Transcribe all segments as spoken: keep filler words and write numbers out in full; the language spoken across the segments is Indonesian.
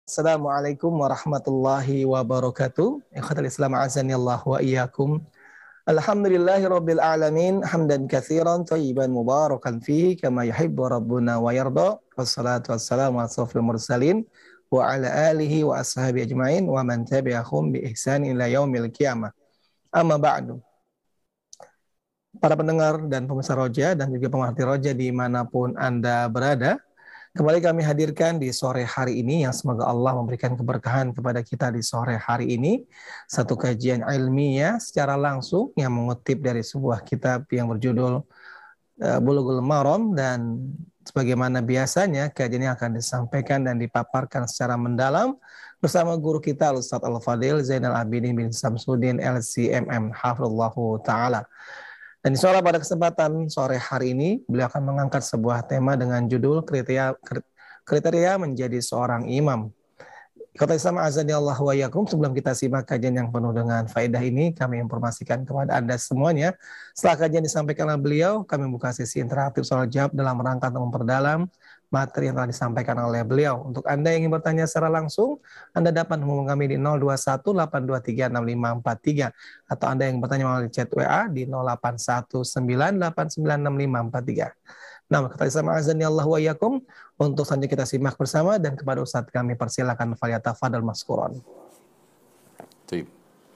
Assalamualaikum warahmatullahi wabarakatuh. Ikhwatal Islam azani Allah wa iyyakum. Alhamdulillahi rabbil alamin hamdan katsiran thayyiban mubarakan fihi kama yuhibbu rabbuna wa yarda. Wassalatu wassalamu ala asrofil mursalin wa ala alihi wa ashabi ajmain wa man tabi'ahum bi ihsan ila yaumil qiyamah. Amma ba'du. Para pendengar dan pemirsa Roja dan juga pemerhati Roja dimanapun Anda berada, kembali kami hadirkan di sore hari ini yang semoga Allah memberikan keberkahan kepada kita di sore hari ini. Satu kajian ilmiah secara langsung yang mengutip dari sebuah kitab yang berjudul uh, Bulughul Maram, dan sebagaimana biasanya kajian ini akan disampaikan dan dipaparkan secara mendalam bersama guru kita Ustaz Al-Fadil Zainal Abidin bin Samsudin L C M M hafizallahu taala. Dan insyaallah pada kesempatan sore hari ini beliau akan mengangkat sebuah tema dengan judul kriteria kriteria menjadi seorang imam. Kata Islam azani Allah wa yakum, sebelum kita simak kajian yang penuh dengan faedah ini, kami informasikan kepada Anda semuanya, setelah kajian disampaikan oleh beliau, kami buka sesi interaktif soal jawab dalam rangka untuk memperdalam materi yang telah disampaikan oleh beliau. Untuk Anda yang ingin bertanya secara langsung, Anda dapat menghubungi kami di nol dua satu delapan dua tiga enam lima empat tiga, atau Anda yang bertanya melalui chat W A di nol delapan satu sembilan delapan sembilan enam lima empat tiga. Nah, kata Islam azani Allah wa yakum, untuk selanjutnya kita simak bersama, dan kepada Ustadz kami persilakan falyatafadhal maskuron. Baik.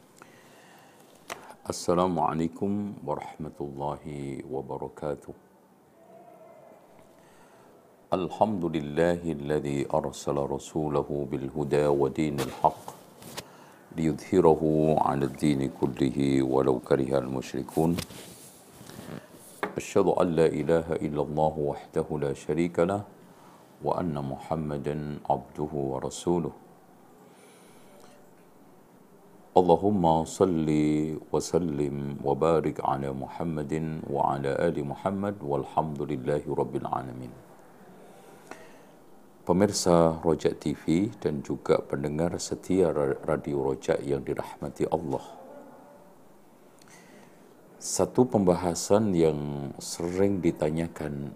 Assalamualaikum warahmatullahi wabarakatuh. Alhamdulillahilladzi arsala rasulahu bil huda wa dinil haqq liyudhhirahu 'ala ad-dini kullihi walau karihal musyrikun. Asyhadu an la ilaha illallah wahdahu la syarika lah wa anna Muhammadan abduhu wa rasuluh. Allahumma salli wa sallim wa barik ala Muhammadin wa ala ali Muhammad walhamdulillahi rabbil alamin. Pemirsa Rojak T V dan juga pendengar setia Radio Rojak yang dirahmati Allah. Satu pembahasan yang sering ditanyakan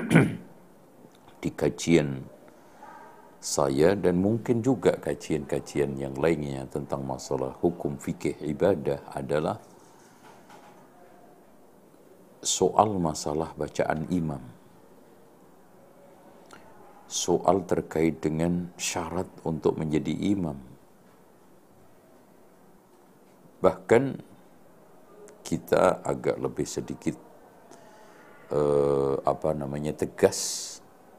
di kajian saya dan mungkin juga kajian-kajian yang lainnya tentang masalah hukum fikih ibadah adalah soal masalah bacaan imam. Soal terkait dengan syarat untuk menjadi imam. Bahkan kita agak lebih sedikit uh, apa namanya tegas,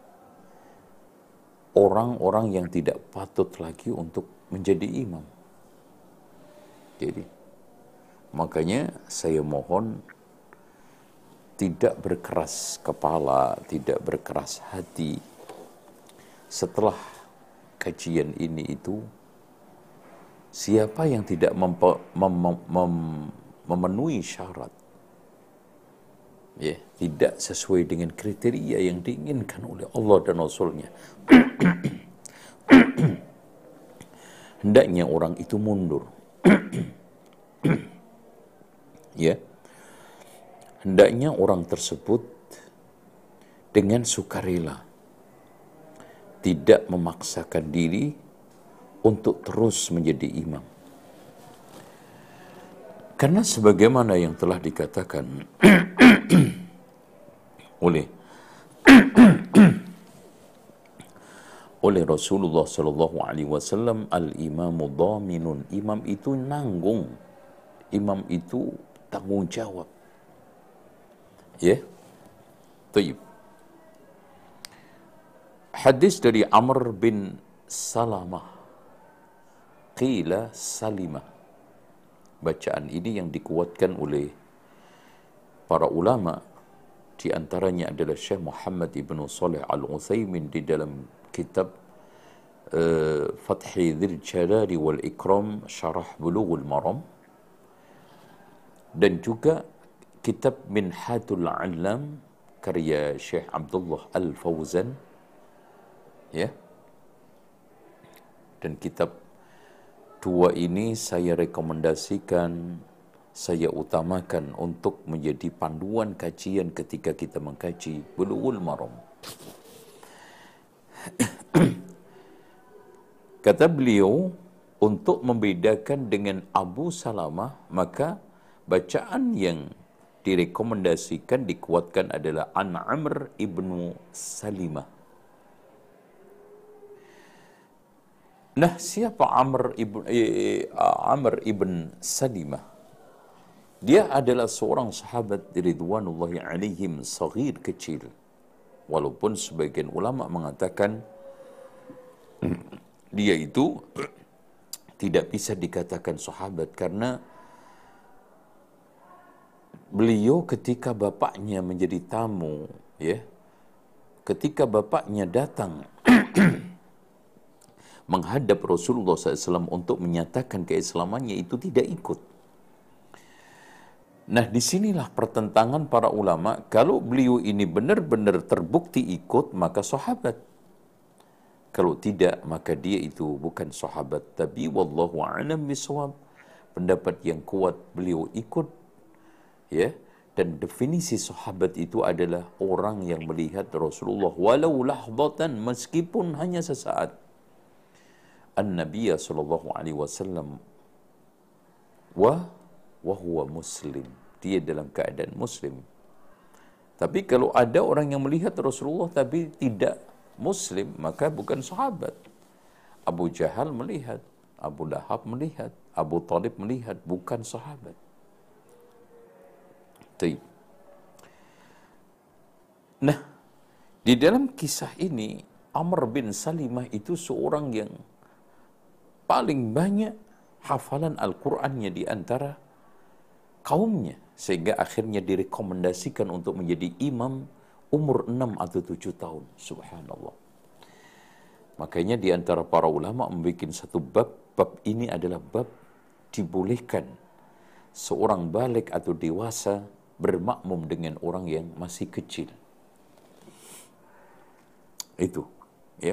orang-orang yang tidak patut lagi untuk menjadi imam. Jadi makanya saya mohon tidak berkeras kepala, tidak berkeras hati setelah kajian ini itu. Siapa yang tidak mempe, mem, mem, mem, memenuhi syarat, ya, tidak sesuai dengan kriteria yang diinginkan oleh Allah dan Rasul-Nya, hendaknya orang itu mundur. Ya, hendaknya orang tersebut dengan sukarela tidak memaksakan diri untuk terus menjadi imam. Karena sebagaimana yang telah dikatakan oleh oleh Rasulullah sallallahu alaihi wasallam, al-imamu dhaminun, imam itu nanggung, imam itu tanggung jawab. Ya. Baik. Hadis dari Amr bin Salamah, qila Salimah. Bacaan ini yang dikuatkan oleh para ulama, di antaranya adalah Syekh Muhammad ibn Shalih Al-Utsaimin di dalam kitab uh, Fathi Dzil Jalali wal Ikram Syarah Bulughul Maram, dan juga kitab Minhatul Alam karya Syekh Abdullah Al-Fauzan, ya. Dan kitab dua ini saya rekomendasikan, saya utamakan untuk menjadi panduan kajian ketika kita mengkaji Bulughul Maram. Kata beliau, untuk membedakan dengan Abu Salamah, maka bacaan yang direkomendasikan, dikuatkan adalah An Amr ibnu Salimah. Nah, siapa Amr ibn, eh, Amr ibn Salimah? Dia adalah seorang sahabat ridwanullahi alaihim, saghir, kecil. Walaupun sebagian ulama mengatakan dia itu tidak bisa dikatakan sahabat karena beliau ketika bapaknya menjadi tamu, ya, ketika bapaknya datang menghadap Rasulullah shallallahu alaihi wasallam untuk menyatakan keislamannya, itu tidak ikut. Nah, disinilah pertentangan para ulama. Kalau beliau ini benar-benar terbukti ikut, maka sahabat. Kalau tidak, maka dia itu bukan sahabat. Tapi wallahu a'lam bishawab, pendapat yang kuat beliau ikut, ya. Dan definisi sahabat itu adalah orang yang melihat Rasulullah walau lahdatan, meskipun hanya sesaat. An-Nabiya sallallahu alaihi wasallam wa wa huwa muslim. Dia dalam keadaan muslim. Tapi kalau ada orang yang melihat Rasulullah tapi tidak muslim, maka bukan sahabat. Abu Jahal melihat, Abu Lahab melihat, Abu Talib melihat, bukan sahabat. Taib. Nah, di dalam kisah ini, Amr bin Salimah itu seorang yang paling banyak hafalan Al-Qur'annya di antara kaumnya, sehingga akhirnya direkomendasikan untuk menjadi imam umur enam atau tujuh tahun. Subhanallah. Makanya di antara para ulama membuat satu bab, bab ini adalah bab dibolehkan seorang balik atau dewasa bermakmum dengan orang yang masih kecil. Itu, ya.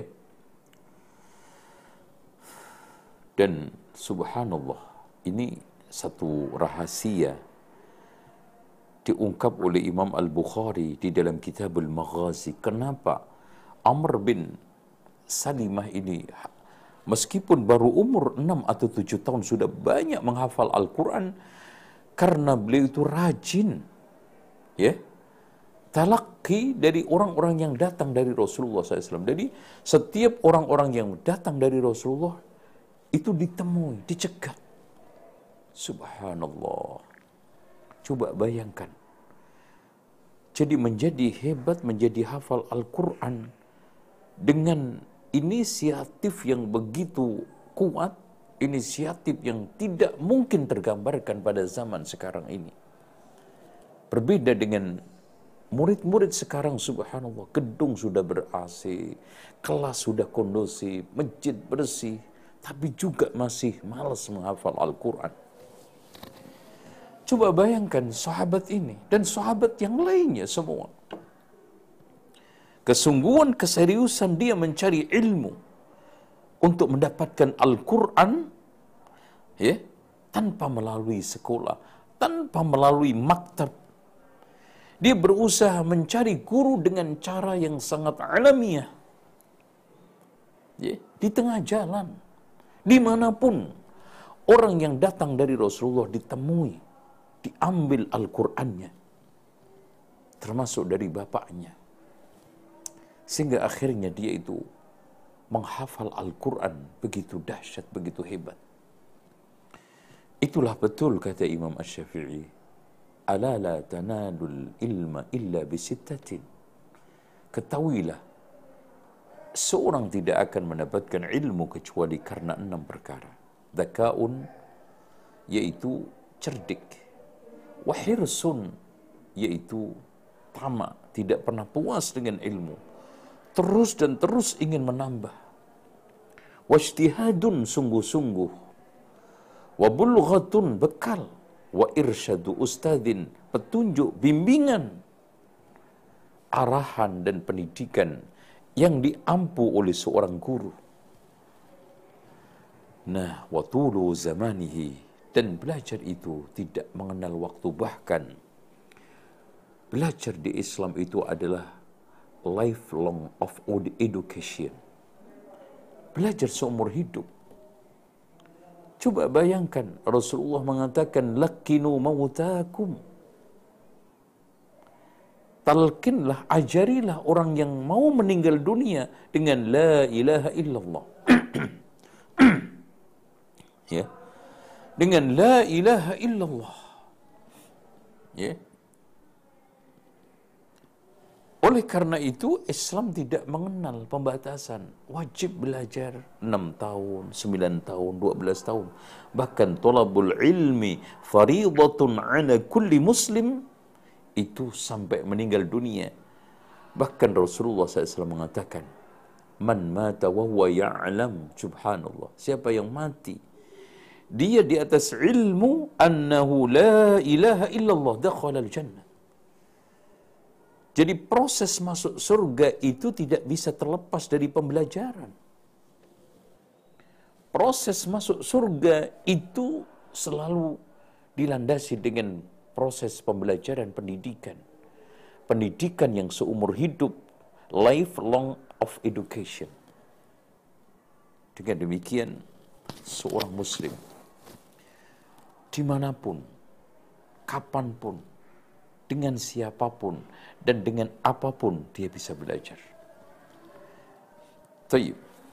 Dan subhanallah, ini satu rahasia diungkap oleh Imam Al-Bukhari di dalam Kitab Al-Maghazi. Kenapa Amr bin Salimah ini, meskipun baru umur enam atau tujuh tahun, sudah banyak menghafal Al-Quran? Karena beliau itu rajin, ya, talaqi dari orang-orang yang datang dari Rasulullah shallallahu alaihi wasallam. Jadi setiap orang-orang yang datang dari Rasulullah itu ditemui, dicegat. Subhanallah. Coba bayangkan. Jadi menjadi hebat, menjadi hafal Al-Quran dengan inisiatif yang begitu kuat, inisiatif yang tidak mungkin tergambarkan pada zaman sekarang ini. Berbeda dengan murid-murid sekarang, subhanallah, gedung sudah ber-A C, kelas sudah kondusif, masjid bersih, tapi juga masih malas menghafal Al-Quran. Coba bayangkan sahabat ini dan sahabat yang lainnya semua. Kesungguhan, keseriusan dia mencari ilmu untuk mendapatkan Al-Quran, ya, tanpa melalui sekolah, tanpa melalui maktab. Dia berusaha mencari guru dengan cara yang sangat alamiah, ya, di tengah jalan, dimanapun orang yang datang dari Rasulullah ditemui, diambil Al-Qur'annya, termasuk dari bapaknya, sehingga akhirnya dia itu menghafal Al-Quran begitu dahsyat, begitu hebat. Itulah betul kata Imam Asy-Syafi'i, ala la tanalul ilma illa bisittatin. Ketahuilah, seorang tidak akan mendapatkan ilmu kecuali karena enam perkara. Dzakaun, yaitu cerdik. Wahirsun, yaitu tamak, tidak pernah puas dengan ilmu, terus dan terus ingin menambah. Wajtihadun, sungguh-sungguh. Wabulghatun, bekal. Wa irsyadu ustadin, petunjuk, bimbingan, arahan dan pendidikan yang diampu oleh seorang guru. Nah, watulu zamanihi, dan belajar itu tidak mengenal waktu. Bahkan belajar di Islam itu adalah lifelong of education. belajar seumur hidup. Coba bayangkan, Rasulullah mengatakan, lakinu mautakum. Talkinlah, ajarilah orang yang mau meninggal dunia dengan la ilaha illallah. Ya. Dengan la ilaha illallah. Ya. Oleh karena itu, Islam tidak mengenal pembatasan. Wajib belajar enam tahun, sembilan tahun, dua belas tahun. Bahkan tolabul ilmi faridatun ala kulli muslim, itu sampai meninggal dunia. Bahkan Rasulullah shallallahu alaihi wasallam mengatakan, man mata wa huwa ya'lam, subhanallah, siapa yang mati dia di atas ilmu annahu la ilaha illallah, dakhala al-jannah. Jadi proses masuk surga itu tidak bisa terlepas dari pembelajaran. Proses masuk surga itu selalu dilandasi dengan proses pembelajaran pendidikan. Pendidikan yang seumur hidup, lifelong of education. Dengan demikian, seorang muslim, dimanapun, kapanpun, dengan siapapun, dan dengan apapun dia bisa belajar. Tayyib.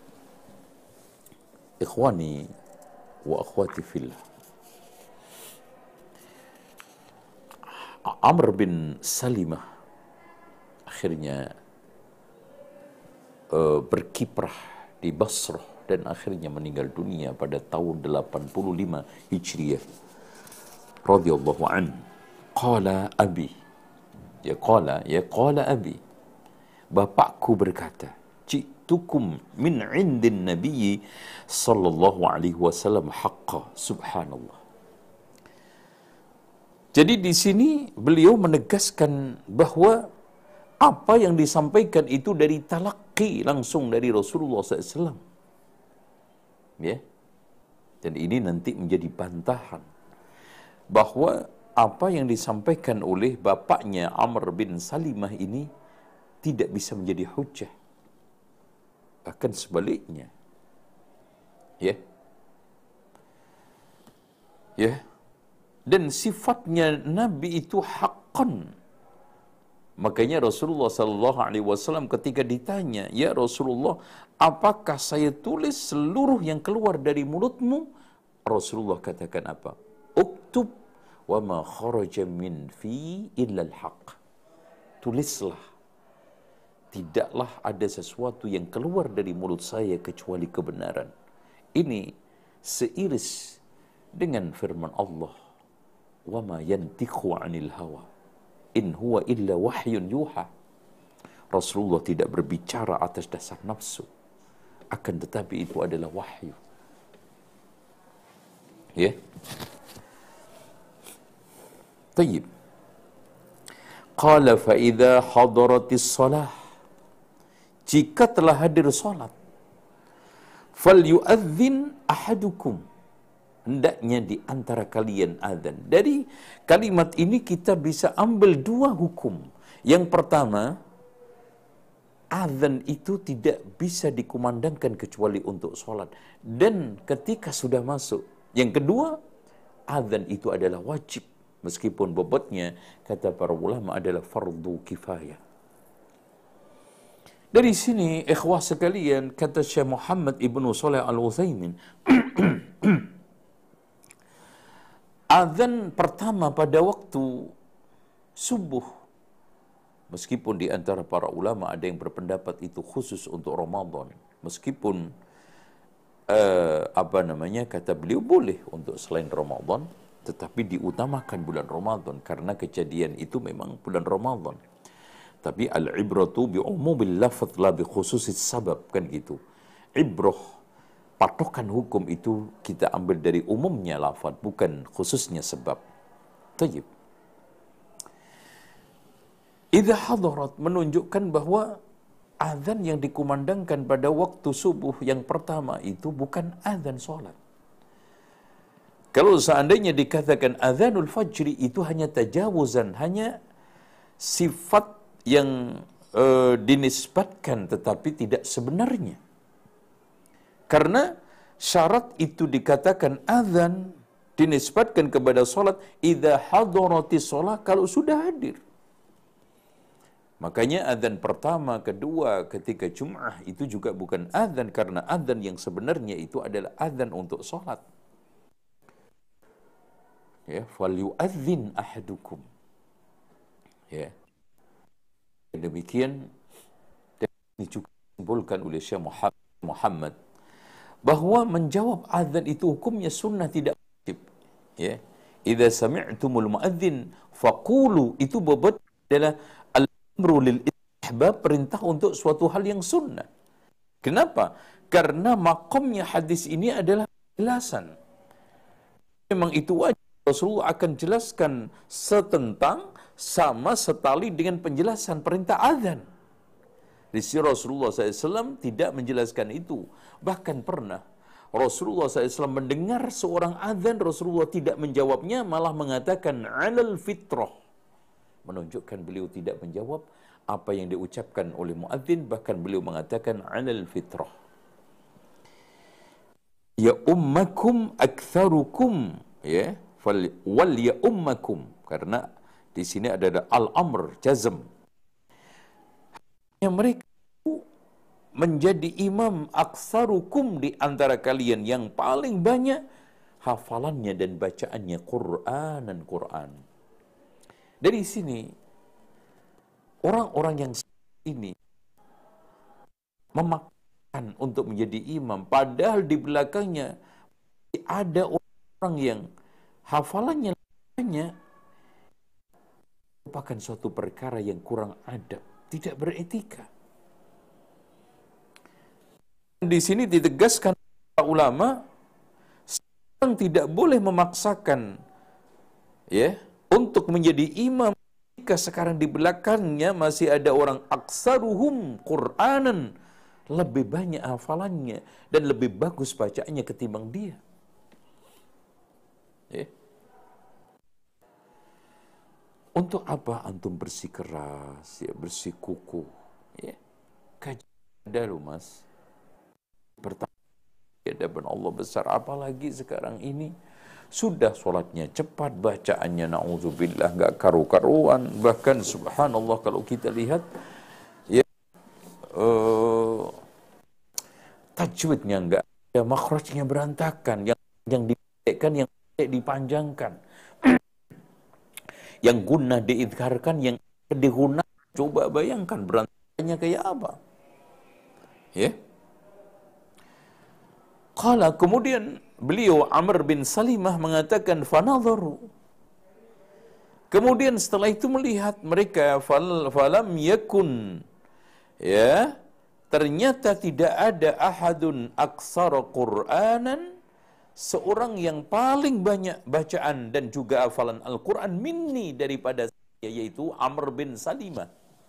Ikhwani wa akhwati fillah. Amr bin Salimah akhirnya uh, berkiprah di Basrah dan akhirnya meninggal dunia pada tahun delapan puluh lima Hijriah. Radhiyallahu an. Qala abi. Ya qala, ya qala abi. Bapakku berkata, "Ji'tukum min 'indin Nabi sallallahu alaihi wasallam haqqa." Subhanallah. Jadi di sini beliau menegaskan bahwa apa yang disampaikan itu dari talaqi langsung dari Rasulullah sallallahu alaihi wasallam. Ya. Dan ini nanti menjadi bantahan bahwa apa yang disampaikan oleh bapaknya Amr bin Salimah ini tidak bisa menjadi hujjah. Bahkan sebaliknya. Ya. Ya. Dan sifatnya Nabi itu haqqan. Makanya Rasulullah sallallahu alaihi wasallam ketika ditanya, "Ya Rasulullah, apakah saya tulis seluruh yang keluar dari mulutmu?" Rasulullah katakan apa? "Uktub wa ma kharaja min fi illa al-haq." Tulislah, tidaklah ada sesuatu yang keluar dari mulut saya kecuali kebenaran. Ini seiris dengan firman Allah, wa ma yantiqu 'anil hawa in huwa illa wahyun yuha. Rasulullah tidak berbicara atas dasar nafsu, akan tetapi itu adalah wahyu. Ya. Tayyib. Qala fa idza hadaratis shalah, jika telah hadir salat, falyu'adzin ahadukum, hendaknya di antara kalian azan. Dari kalimat ini kita bisa ambil dua hukum. Yang pertama, azan itu tidak bisa dikumandangkan kecuali untuk sholat. Dan ketika sudah masuk. Yang kedua, azan itu adalah wajib. Meskipun bobotnya, kata para ulama, adalah fardu kifayah. Dari sini, ikhwah sekalian, kata Syekh Muhammad Ibnu Shalih Al-Utsaimin, azan pertama pada waktu subuh, meskipun di antara para ulama ada yang berpendapat itu khusus untuk Ramadan, meskipun uh, apa namanya kata beliau boleh untuk selain Ramadan, tetapi diutamakan bulan Ramadan karena kejadian itu memang bulan Ramadan. Tapi al-ibratu bi umumil lafadz la bi khususis sabab, kan gitu. Ibrah, patokan hukum itu kita ambil dari umumnya lafaz, bukan khususnya sebab. Tayyib. Idza hadarat menunjukkan bahwa azan yang dikumandangkan pada waktu subuh yang pertama itu bukan azan salat. Kalau seandainya dikatakan azanul fajri itu hanya tajawuzan, hanya sifat yang e, dinisbatkan tetapi tidak sebenarnya. Karena syarat itu dikatakan azan, dinisbatkan kepada solat, idza hadaratis sholat, kalau sudah hadir. Makanya azan pertama, kedua, ketika Jum'ah itu juga bukan azan, karena azan yang sebenarnya itu adalah azan untuk sholat. Ya, falyu'adzin ahadukum. Ya. Demikian, dan ini juga disimpulkan oleh Syekh Muhammad bahwa menjawab azan itu hukumnya sunnah, tidak wajib. Ya. Idza sami'tumul muadzin faqulu, itu bobot adalah al-amru lil istihbab, perintah untuk suatu hal yang sunnah. Kenapa? Karena makomnya hadis ini adalah penjelasan. Memang itu wajib, Rasulullah akan jelaskan setentang sama setali dengan penjelasan perintah azan. Di sini Rasulullah shallallahu alaihi wasallam tidak menjelaskan itu. Bahkan pernah Rasulullah shallallahu alaihi wasallam mendengar seorang azan, Rasulullah tidak menjawabnya, malah mengatakan alal fitrah. Menunjukkan beliau tidak menjawab apa yang diucapkan oleh muadzin, bahkan beliau mengatakan alal fitrah. Ya ummakum aktsarukum, ya, wal ya ummakum, karena di sini ada al-amr jazm. Yang mereka menjadi imam aksarukum, di antara kalian yang paling banyak hafalannya dan bacaannya Qur'anan Qur'an. Dari sini orang-orang yang ini memaksakan untuk menjadi imam, padahal di belakangnya ada orang yang hafalannya banyak, merupakan suatu perkara yang kurang adab, tidak beretika. Di sini ditegaskan para ulama, seorang tidak boleh memaksakan ya untuk menjadi imam jika sekarang di belakangnya masih ada orang aksaruhum Qur'anan, lebih banyak hafalannya dan lebih bagus bacaannya ketimbang dia. Ya. Untuk apa antum bersikeras, ya, bersikukuh, ya? Kaji ada loh, Mas. Pertama, hadapan Allah besar, apalagi sekarang ini sudah sholatnya cepat, bacaannya na'udzubillah nggak karu-karuan, bahkan subhanallah kalau kita lihat ya uh, tajwidnya nggak ada, makhrajnya berantakan, yang yang dipendekkan, yang dipanjangkan, yang gunnah diidharkan, yang dihunah. Coba bayangkan berantakannya kayak apa, ya. Qala, kemudian beliau Amr bin Salimah mengatakan fanadharu. Kemudian setelah itu melihat mereka, fal falam yakun, ya, ternyata tidak ada ahadun aksara Qur'anan, seorang yang paling banyak bacaan dan juga hafalan Al-Qur'an minni, daripada saya, yaitu Amr bin Salimah.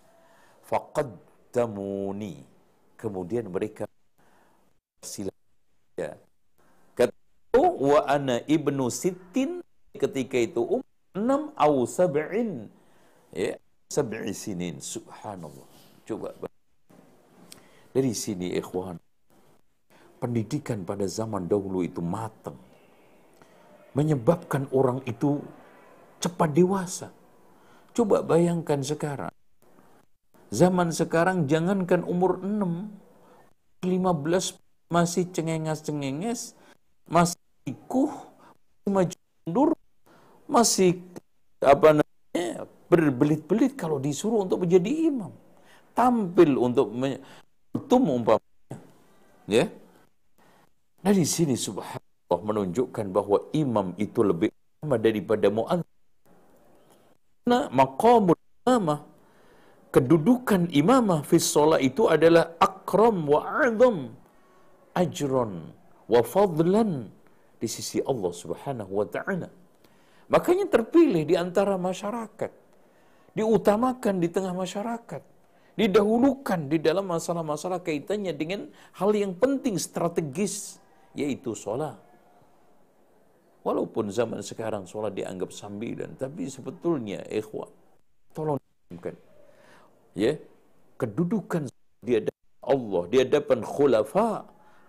Faqaddamuni, kemudian mereka sila. Ya. Kata wa ana ibnu sittin, ketika itu um enam au sab'in, ya, sab'i sinin. Subhanallah. Coba dari sini ikhwan, pendidikan pada zaman dahulu itu matang, menyebabkan orang itu cepat dewasa. Coba bayangkan sekarang, zaman sekarang jangankan umur enam, lima belas masih cengenges-cengenges, masih ikuh, masih maju mundur, masih apa namanya berbelit-belit kalau disuruh untuk menjadi imam, tampil untuk menutum umpamanya, ya. Nah di sini subhanallah menunjukkan bahwa imam itu lebih utama daripada muadzin. Nah, maqamul imamah, kedudukan imamah fi shalah itu adalah akram wa a'zam ajron wa fadlan di sisi Allah Subhanahu wa ta'ala. Makanya terpilih di antara masyarakat, diutamakan di tengah masyarakat, didahulukan di dalam masalah-masalah kaitannya dengan hal yang penting strategis, yaitu sholat. Walaupun zaman sekarang sholat dianggap sambilan, tapi sebetulnya ikhwan, tolong diamkan, ya, kedudukan di hadapan Allah, di hadapan khulafa,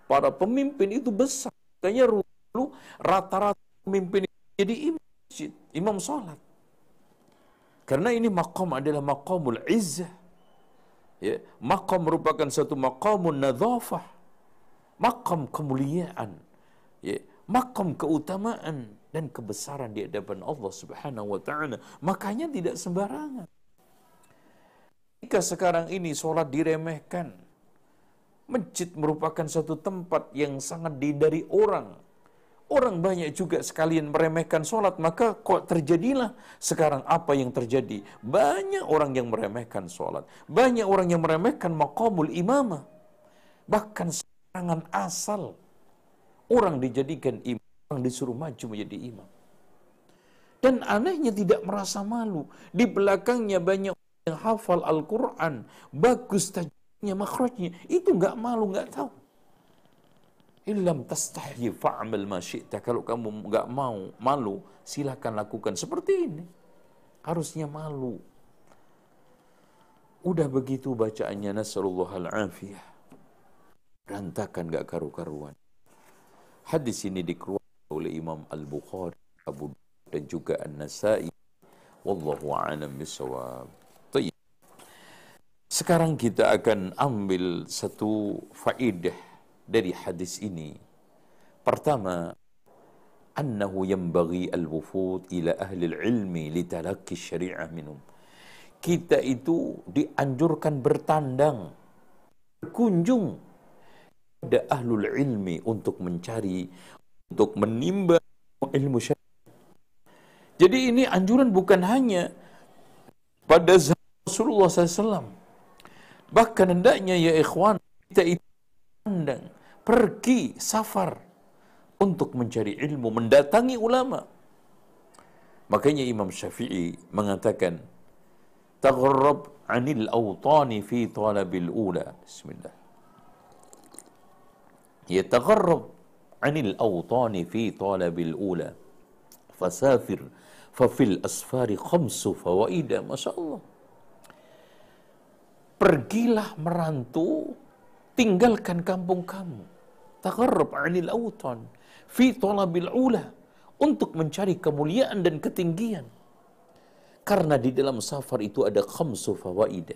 para pemimpin itu besar. Makanya dulu rata-rata pemimpin jadi imam masjid, imam sholat. Karena ini maqam adalah maqamul izzah. Ya, maqam merupakan satu maqamun nadhafah. Maqam kemuliaan. Ya, maqam keutamaan dan kebesaran di hadapan Allah Subhanahu wa taala. Makanya tidak sembarangan. Jika sekarang ini sholat diremehkan, masjid merupakan satu tempat yang sangat dihindari orang. Orang banyak juga sekalian meremehkan sholat, maka kok terjadilah sekarang apa yang terjadi? Banyak orang yang meremehkan sholat. Banyak orang yang meremehkan maqamul imamah. Bahkan serangan asal. Orang dijadikan imam, orang disuruh maju menjadi imam. Dan anehnya tidak merasa malu. Di belakangnya banyak orang yang hafal Al-Quran. Bagus tajwidnya, makhrajnya. Itu nggak malu, nggak tahu. Illam tastahyi fa'amal ma syi'ta. Kalau kamu nggak mau malu, silakan lakukan seperti ini. Harusnya malu. Udah begitu bacaannya, nasallallahu al-afiyah. Berantakan nggak karu-karuan. Hadis ini dikeluarkan oleh Imam Al-Bukhari, Abu Dawud dan juga An-Nasai. Wallahu a'lam bishawab. Sekarang kita akan ambil satu faedah dari hadis ini. Pertama, annahu yanbaghi al-wufud ila ahli al-ilmi litalaqi syari'ah minhum. Kita itu dianjurkan bertandang, berkunjung pada ahlul ilmi untuk mencari, untuk menimba ilmu syariah. Jadi ini anjuran bukan hanya pada zaman Rasulullah sallallahu alaihi wasallam. Bahkan hendaknya ya ikhwan, kita itu pandang, pergi safar untuk mencari ilmu, mendatangi ulama. Makanya Imam Syafi'i mengatakan, tagharrab 'anil awtani fi talabil ula. Bismillah. Yatagharrab 'anil awtani fi talabil ula. Fasafir fa fil asfari khamsu fawaida. Masyaallah. Pergilah merantau, tinggalkan kampung kamu. Tagharrab 'anil awtan fi talabil ula, untuk mencari kemuliaan dan ketinggian. Karena di dalam safar itu ada khamsu fawaid.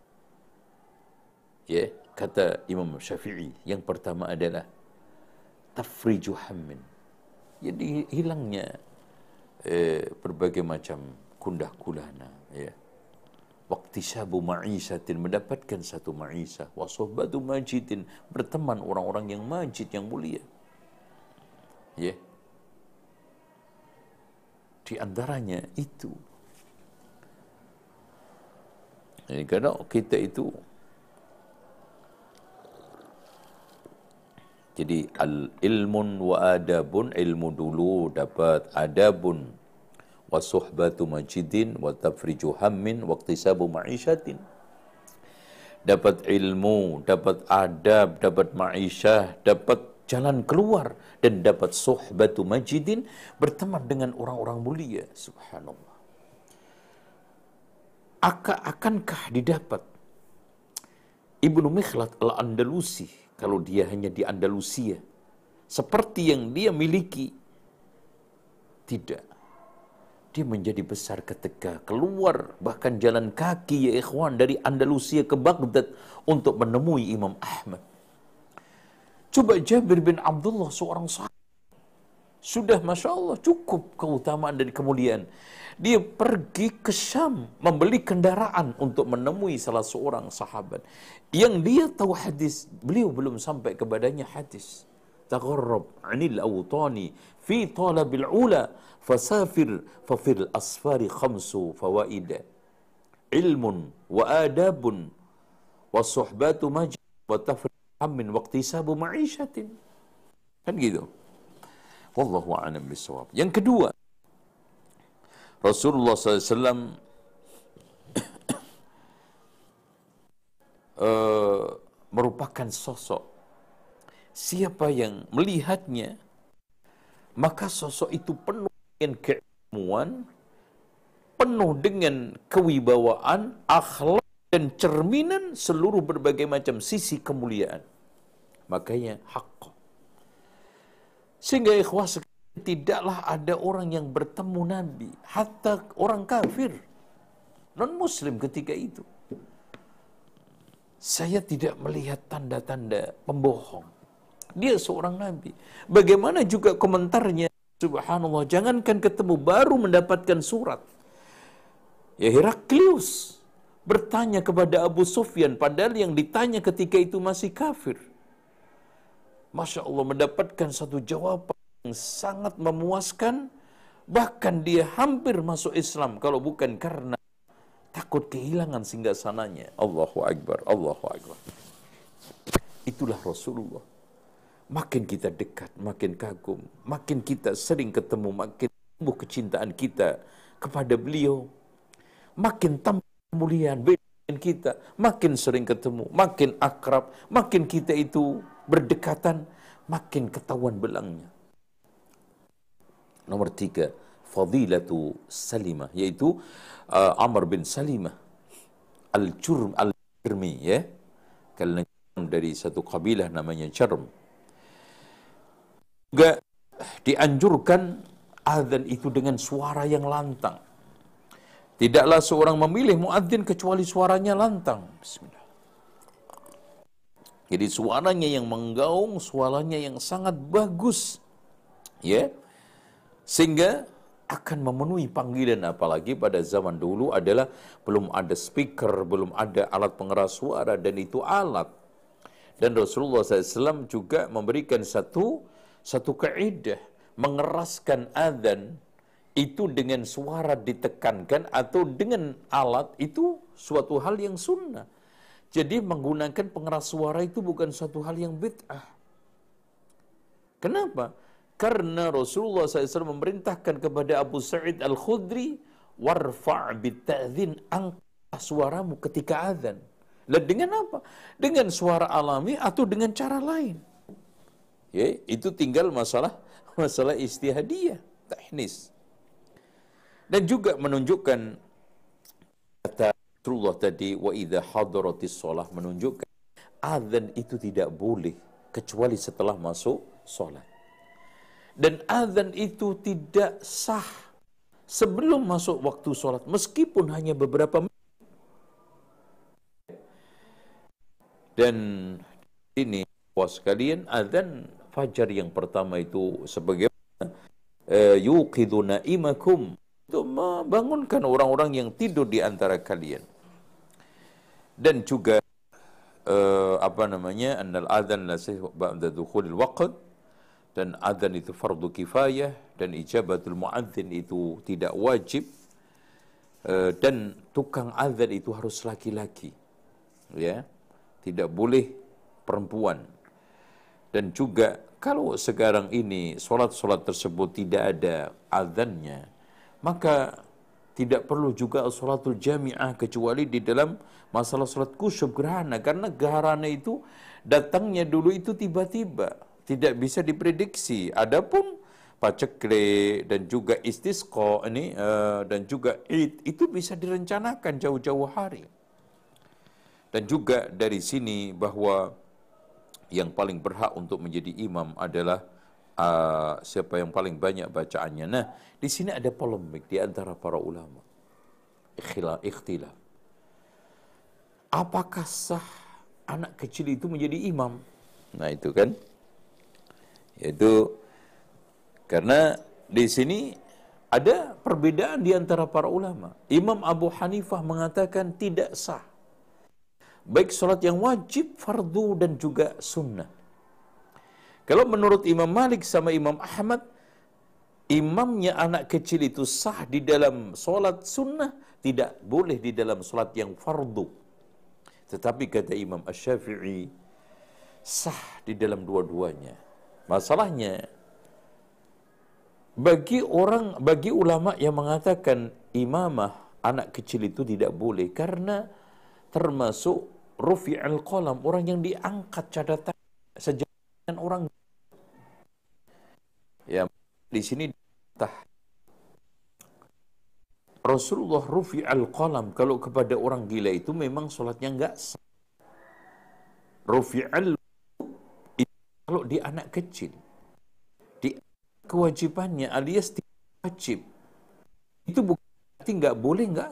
Ya, kata Imam Syafi'i, yang pertama adalah tafriju hammin. Jadi hilangnya eh, berbagai macam kundah gulana, ya. Waqtisabu ma'isyatin, mendapatkan satu ma'isyah. Wa sohbatu majidin, berteman orang-orang yang majid, yang mulia. Ya. Di antaranya itu. Jadi kadang kita itu, jadi al ilmun wa adabun, ilmu dulu dapat adabun, wa suhbatu majidin, wa tafriju hammin, wa iqtisabu ma'isyatin. Dapat ilmu, dapat adab, dapat ma'isyah, dapat jalan keluar, dan dapat suhbatu majidin, berteman dengan orang-orang mulia. Subhanallah. Aka, akankah didapat Ibnu Mikhlad al-Andalusi, kalau dia hanya di Andalusia, seperti yang dia miliki? Tidak. Dia menjadi besar ketika keluar, bahkan jalan kaki ya ikhwan, dari Andalusia ke Baghdad untuk menemui Imam Ahmad. Coba Jabir bin Abdullah, seorang sahabat, sudah Masya Allah cukup keutamaan dan kemuliaan. Dia pergi ke Syam, membeli kendaraan untuk menemui salah seorang sahabat yang dia tahu hadis, beliau belum sampai kepadanya hadis. Tagharrab 'anil awtani fi talabil ula, fasafir fa fil asfari khamsu fawaid. Ilmun wa adabun wa suhbatu majid wa tafriham min waqtisabu ma'isyatin. Kan gitu. Wallahu a'lam bishawab. Yang kedua, Rasulullah sallallahu alaihi wasallam uh, merupakan sosok, siapa yang melihatnya, maka sosok itu penuh dengan keilmuan, penuh dengan kewibawaan, akhlak, dan cerminan seluruh berbagai macam sisi kemuliaan. Makanya haqq, Sehingga ikhwah sekalian, tidaklah ada orang yang bertemu Nabi, hatta orang kafir, non-muslim ketika itu. Saya tidak melihat tanda-tanda pembohong. Dia seorang Nabi. Bagaimana juga komentarnya, subhanallah, jangankan ketemu, baru mendapatkan surat. Ya Heraklius bertanya kepada Abu Sufyan, padahal yang ditanya ketika itu masih kafir. Masya Allah, mendapatkan satu jawaban yang sangat memuaskan, bahkan dia hampir masuk Islam, kalau bukan karena takut kehilangan singgasananya. Allahu Akbar, Allahu Akbar. Itulah Rasulullah. Makin kita dekat, makin kagum, makin kita sering ketemu, makin tumbuh kecintaan kita kepada beliau, makin tambah kemuliaan dengan kita, makin sering ketemu, makin akrab, makin kita itu berdekatan, makin ketahuan belangnya. Nomor tiga, Fadilatu Salimah, yaitu uh, Amr bin Salimah Al-Jurm Al-Jurmi, ya, karena dari satu kabilah namanya Jarm. Juga dianjurkan azan itu dengan suara yang lantang. Tidaklah seorang memilih muadzin kecuali suaranya lantang. Bismillah. Jadi suaranya yang menggaung, suaranya yang sangat bagus, ya, sehingga akan memenuhi panggilan. Apalagi pada zaman dulu adalah belum ada speaker, belum ada alat pengeras suara, dan itu alat. Dan Rasulullah shallallahu alaihi wasallam juga memberikan satu satu kaidah, mengeraskan azan itu dengan suara ditekankan atau dengan alat itu suatu hal yang sunnah. Jadi menggunakan pengeras suara itu bukan suatu hal yang bid'ah. Kenapa? Karena Rasulullah shallallahu alaihi wasallam memerintahkan kepada Abu Sa'id Al-Khudri, warfa' bit-ta'zin, angkat suaramu ketika azan. Lah dengan apa? Dengan suara alami atau dengan cara lain. Ya, itu tinggal masalah masalah istihadiyah, teknis. Dan juga menunjukkan kata Rasulullah tadi, wa idza hadaratis shalah, menunjukkan azan itu tidak boleh kecuali setelah masuk salat. Dan azan itu tidak sah sebelum masuk waktu salat, meskipun hanya beberapa menit. Dan ini puas kalian, azan fajar yang pertama itu sebagai uh, yuqidhu na'imakum, itu membangunkan orang-orang yang tidur di antara kalian. Dan juga uh, apa namanya, annal adzan la sahih ba'da dukhulil waqt, dan adzan itu fardu kifayah, dan ijabatul muadzin itu tidak wajib, uh, dan tukang adzan itu harus laki-laki, ya, tidak boleh perempuan. Dan juga kalau sekarang ini solat-solat tersebut tidak ada azannya, maka tidak perlu juga sholatul jami'ah kecuali di dalam masalah sholat kusyuk gerhana. Karena gerhana itu datangnya dulu itu tiba-tiba, tidak bisa diprediksi. Adapun pacekle dan juga istisqa ini uh, dan juga id itu bisa direncanakan jauh-jauh hari. Dan juga dari sini bahwa yang paling berhak untuk menjadi imam adalah uh, siapa yang paling banyak bacaannya. Nah, di sini ada polemik di antara para ulama. Ikhtilaf. Apakah sah anak kecil itu menjadi imam? Nah, itu kan. Yaitu karena di sini ada perbedaan di antara para ulama. Imam Abu Hanifah mengatakan tidak sah, baik sholat yang wajib, fardu, dan juga sunnah. Kalau menurut Imam Malik sama Imam Ahmad, imamnya anak kecil itu sah di dalam sholat sunnah, tidak boleh di dalam sholat yang fardu. Tetapi kata Imam Asy-Syafi'i, sah di dalam dua-duanya. Masalahnya, bagi orang, bagi ulama yang mengatakan imamah anak kecil itu tidak boleh, karena termasuk rufi'al qalam, orang yang diangkat catatan sejalan orang. Ya, di sini tah Rasulullah rufi'al qalam, kalau kepada orang gila itu memang sholatnya enggak sah. Rufi'al kalau di anak kecil, di kewajibannya alias tidak wajib. Itu bukan berarti nggak boleh, nggak.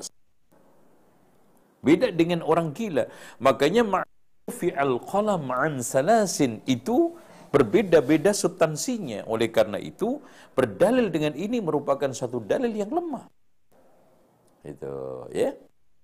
Beda dengan orang gila. Makanya ma'rufi'al qalam an salasin itu berbeda-beda substansinya. Oleh karena itu, berdalil dengan ini merupakan satu dalil yang lemah. Itu, ya.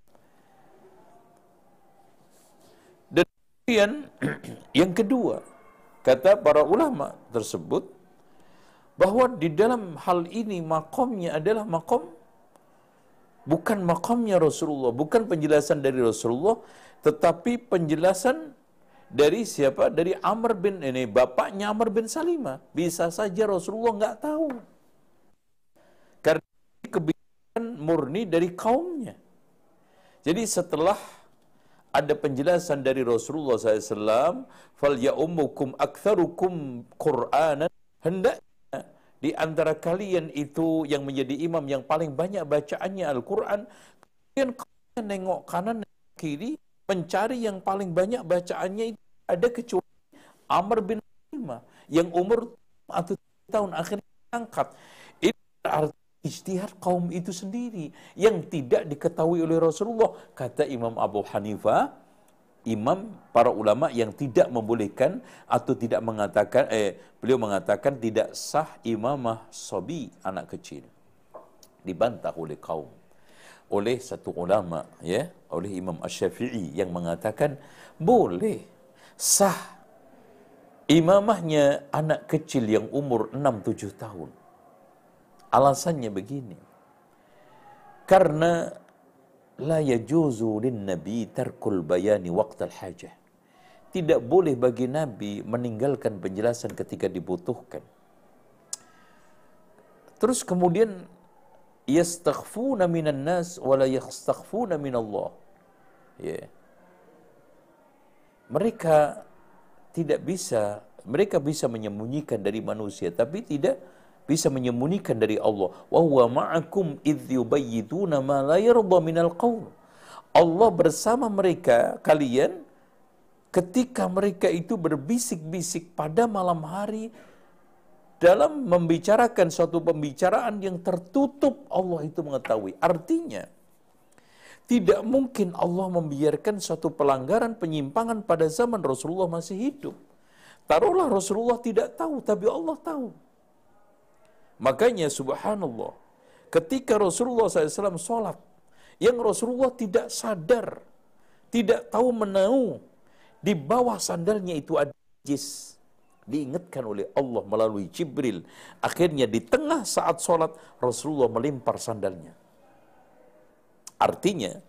Dan kemudian yang kedua, kata para ulama tersebut, bahwa di dalam hal ini makomnya adalah makom, bukan makomnya Rasulullah, bukan penjelasan dari Rasulullah, tetapi penjelasan dari siapa? Dari Amr bin, ini bapaknya Amr bin Salimah. Bisa saja Rasulullah nggak tahu, karena kebijakan murni dari kaumnya. Jadi setelah ada penjelasan dari Rasulullah shallallahu alaihi wasallam, fal ya'ummukum aktsarukum Qur'anan, hendak di antara kalian itu yang menjadi imam yang paling banyak bacaannya Al-Quran, kemudian kalian nengok kanan kiri mencari yang paling banyak bacaannya itu ada kecuali Amr bin Salimah yang umur atau tahun akhirnya angkat. Ini berarti ijtihad kaum itu sendiri yang tidak diketahui oleh Rasulullah. Kata Imam Abu Hanifah, imam para ulama yang tidak membolehkan atau tidak mengatakan, eh, beliau mengatakan tidak sah imamah sobi, anak kecil. Dibantah oleh kaum, oleh satu ulama, ya, oleh Imam Asy-Syafi'i yang mengatakan boleh sah imamahnya anak kecil yang umur enam tujuh tahun. Alasannya begini, karena la yajuzu lin nabi tarkul bayani waqtal hajah. Tidak boleh bagi Nabi meninggalkan penjelasan ketika dibutuhkan. Terus kemudian yastakhfuna minan nas wa la yastakhfuna minallah. Ya. Mereka tidak bisa, mereka bisa menyembunyikan dari manusia tapi tidak bisa menyembunyikan dari Allah. Wa huwa ma'akum idz yubayyituna ma la yarda minal qaul. Allah bersama mereka, kalian, ketika mereka itu berbisik-bisik pada malam hari dalam membicarakan suatu pembicaraan yang tertutup, Allah itu mengetahui. Artinya, tidak mungkin Allah membiarkan suatu pelanggaran, penyimpangan pada zaman Rasulullah masih hidup. Taruhlah Rasulullah tidak tahu, tapi Allah tahu. Makanya subhanallah, ketika Rasulullah shallallahu alaihi wasallam sholat, yang Rasulullah tidak sadar, tidak tahu menahu, di bawah sandalnya itu ada najis. Diingatkan oleh Allah melalui Jibril. Akhirnya di tengah saat sholat, Rasulullah melimpar sandalnya. Artinya,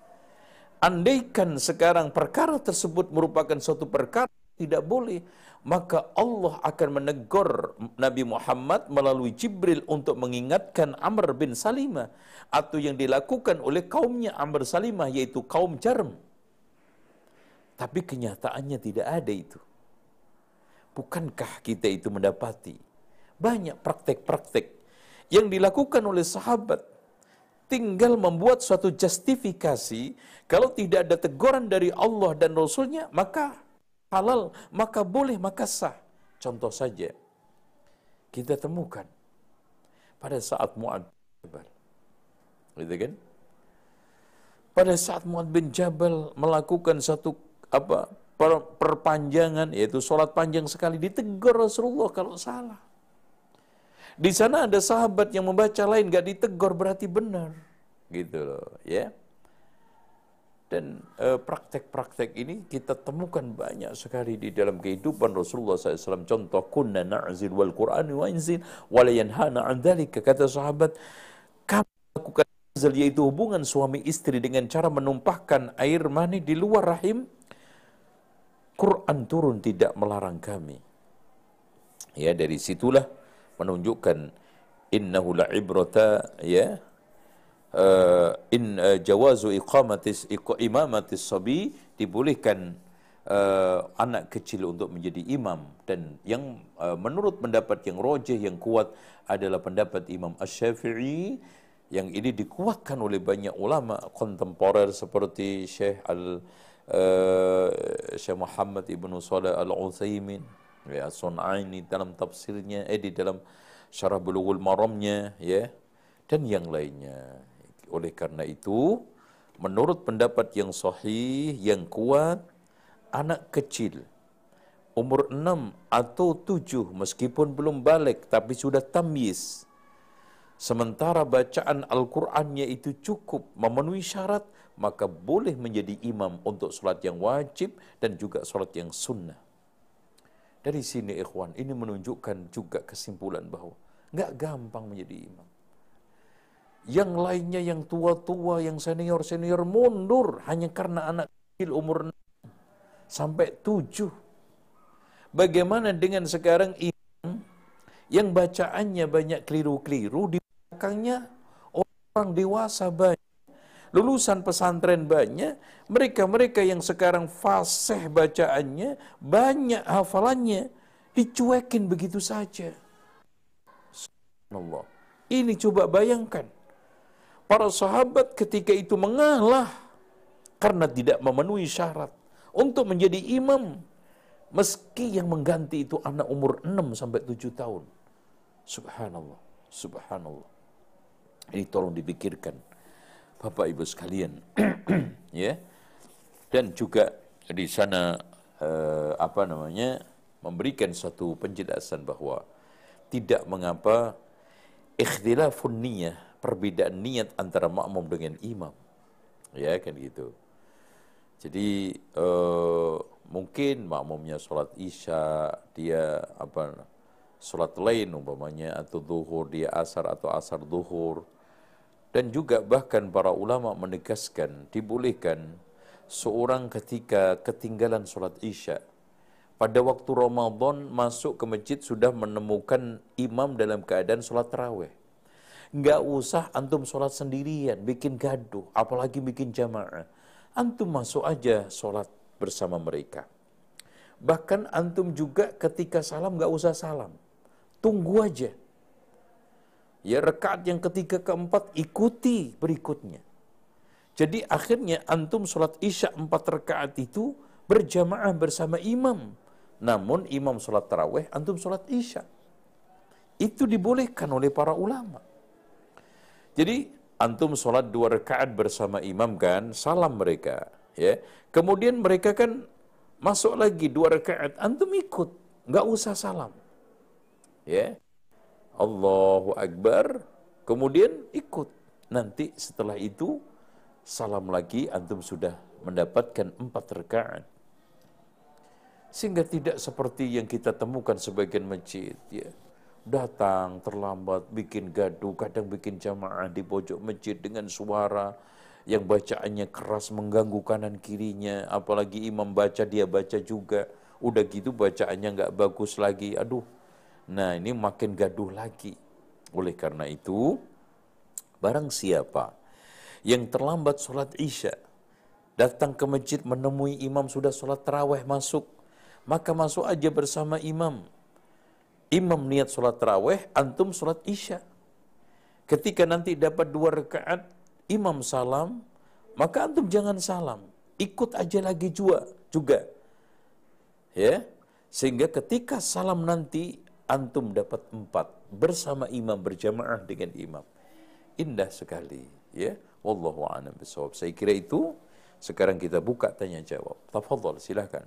andaikan sekarang perkara tersebut merupakan suatu perkara tidak boleh, maka Allah akan menegur Nabi Muhammad melalui Jibril untuk mengingatkan Amr bin Salimah, atau yang dilakukan oleh kaumnya Amr Salimah, yaitu kaum Jarm. Tapi kenyataannya tidak ada itu. Bukankah kita itu mendapati banyak praktek-praktek yang dilakukan oleh sahabat, tinggal membuat suatu justifikasi, kalau tidak ada teguran dari Allah dan Rasulnya, maka halal, maka boleh, maka sah. Contoh saja, kita temukan pada saat Mu'adz bin Jabal. Gitu kan? Pada saat Mu'adz bin Jabal melakukan satu apa per, perpanjangan, yaitu sholat panjang sekali, ditegur Rasulullah kalau salah. Di sana ada sahabat yang membaca lain, gak ditegur berarti benar. Gitu loh, ya. Dan e, praktek-praktek ini kita temukan banyak sekali di dalam kehidupan Rasulullah shallallahu alaihi wasallam. Contoh, kunna na'zil wal Qur'an wa inzil wa la yanhana an dzalika. Kata sahabat, kami lakukan nazil, yaitu hubungan suami istri dengan cara menumpahkan air mani di luar rahim. Quran turun tidak melarang kami. Ya, dari situlah menunjukkan innahu la'ibrata, ya, Uh, in uh, jawazu iqamatis imamatis sabi, dibolehkan uh, anak kecil untuk menjadi imam. Dan yang uh, menurut pendapat yang rajih, yang kuat adalah pendapat Imam Asy-Syafi'i, yang ini dikuatkan oleh banyak ulama kontemporer seperti Syekh al uh, Syekh Muhammad ibnu Shalih al-Utsaimin, ya, As-Sun'aini dalam tafsirnya, eh di dalam Syarah Bulughul Maramnya, ya, dan yang lainnya. Oleh karena itu, menurut pendapat yang sahih, yang kuat, anak kecil umur enam atau tujuh meskipun belum balik tapi sudah tamyiz, sementara bacaan Al-Qur'annya itu cukup memenuhi syarat, maka boleh menjadi imam untuk sholat yang wajib dan juga sholat yang sunnah. Dari sini ikhwan, ini menunjukkan juga kesimpulan bahwa nggak gampang menjadi imam. Yang lainnya yang tua-tua, yang senior-senior mundur hanya karena anak kecil umur enam sampai tujuh. Bagaimana dengan sekarang imam yang bacaannya banyak keliru-keliru, di belakangnya orang dewasa banyak, lulusan pesantren banyak, mereka-mereka yang sekarang fasih bacaannya, banyak hafalannya, dicuekin begitu saja. Subhanallah. Ini coba bayangkan, para sahabat ketika itu mengalah karena tidak memenuhi syarat untuk menjadi imam, meski yang mengganti itu anak umur enam sampai tujuh tahun. Subhanallah, subhanallah. Ini tolong dipikirkan Bapak Ibu sekalian. Ya. Dan juga di sana eh, apa namanya? memberikan satu penjelasan bahwa tidak mengapa ikhtilafun niyah, perbedaan niat antara makmum dengan imam. Ya, kan gitu. Jadi eh, mungkin makmumnya sholat isya, dia apa sholat lain umpamanya, atau zuhur, dia asar atau asar zuhur. Dan juga bahkan para ulama menegaskan dibolehkan seorang ketika ketinggalan sholat isya, pada waktu Ramadan masuk ke masjid sudah menemukan imam dalam keadaan sholat tarawih. Nggak usah antum sholat sendirian, bikin gaduh, apalagi bikin jamaah. Antum masuk aja sholat bersama mereka. Bahkan antum juga ketika salam nggak usah salam, tunggu aja. Ya, rakaat yang ketiga keempat ikuti berikutnya. Jadi akhirnya antum sholat isya empat rakaat itu berjamaah bersama imam. Namun imam sholat tarawih, antum sholat isya. Itu dibolehkan oleh para ulama. Jadi antum sholat dua rakaat bersama imam kan, salam mereka. Ya, kemudian mereka kan masuk lagi dua rakaat, antum ikut, nggak usah salam. Ya, Allahu Akbar, kemudian ikut. Nanti setelah itu salam lagi, antum sudah mendapatkan empat rakaat. Sehingga tidak seperti yang kita temukan sebagian masjid, ya, datang terlambat, bikin gaduh, kadang bikin jamaah di pojok masjid dengan suara yang bacaannya keras mengganggu kanan kirinya, apalagi imam baca dia baca juga, udah gitu bacaannya nggak bagus lagi, aduh. Nah, ini makin gaduh lagi. Oleh karena itu, barang siapa yang terlambat sholat isya, datang ke masjid menemui imam sudah sholat tarawih masuk, maka masuk aja bersama imam. Imam niat sholat tarawih, antum sholat isya. Ketika nanti dapat dua rakaat, imam salam, maka antum jangan salam, ikut aja lagi juga, juga. Ya, sehingga ketika salam nanti antum dapat empat bersama imam, berjamaah dengan imam. Indah sekali, ya. Wallahu a'lam bishawab. Saya kira itu. Sekarang kita buka tanya jawab. Tafadhal, silakan.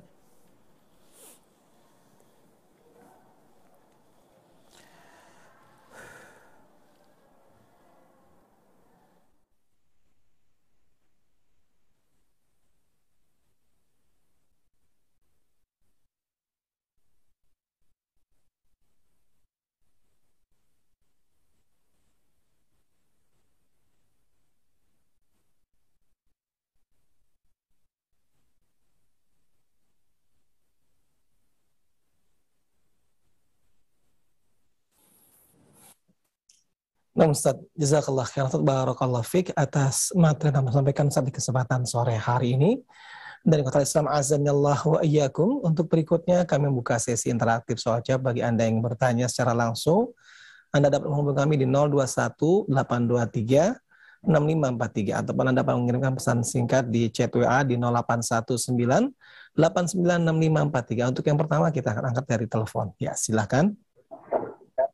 Nah, Ustaz, jazakallah khairan, barakallah fiik atas materi yang kami sampaikan saat di kesempatan sore hari ini. Dan kata Islam azanillah wa iyyakum, untuk berikutnya kami membuka sesi interaktif soal jawab bagi Anda yang bertanya secara langsung. Anda dapat menghubungi kami di nol dua satu delapan dua tiga enam lima empat tiga ataupun Anda dapat mengirimkan pesan singkat di chat W A di nol delapan satu sembilan delapan sembilan enam lima empat tiga. Untuk yang pertama kita akan angkat dari telepon. Ya, silakan.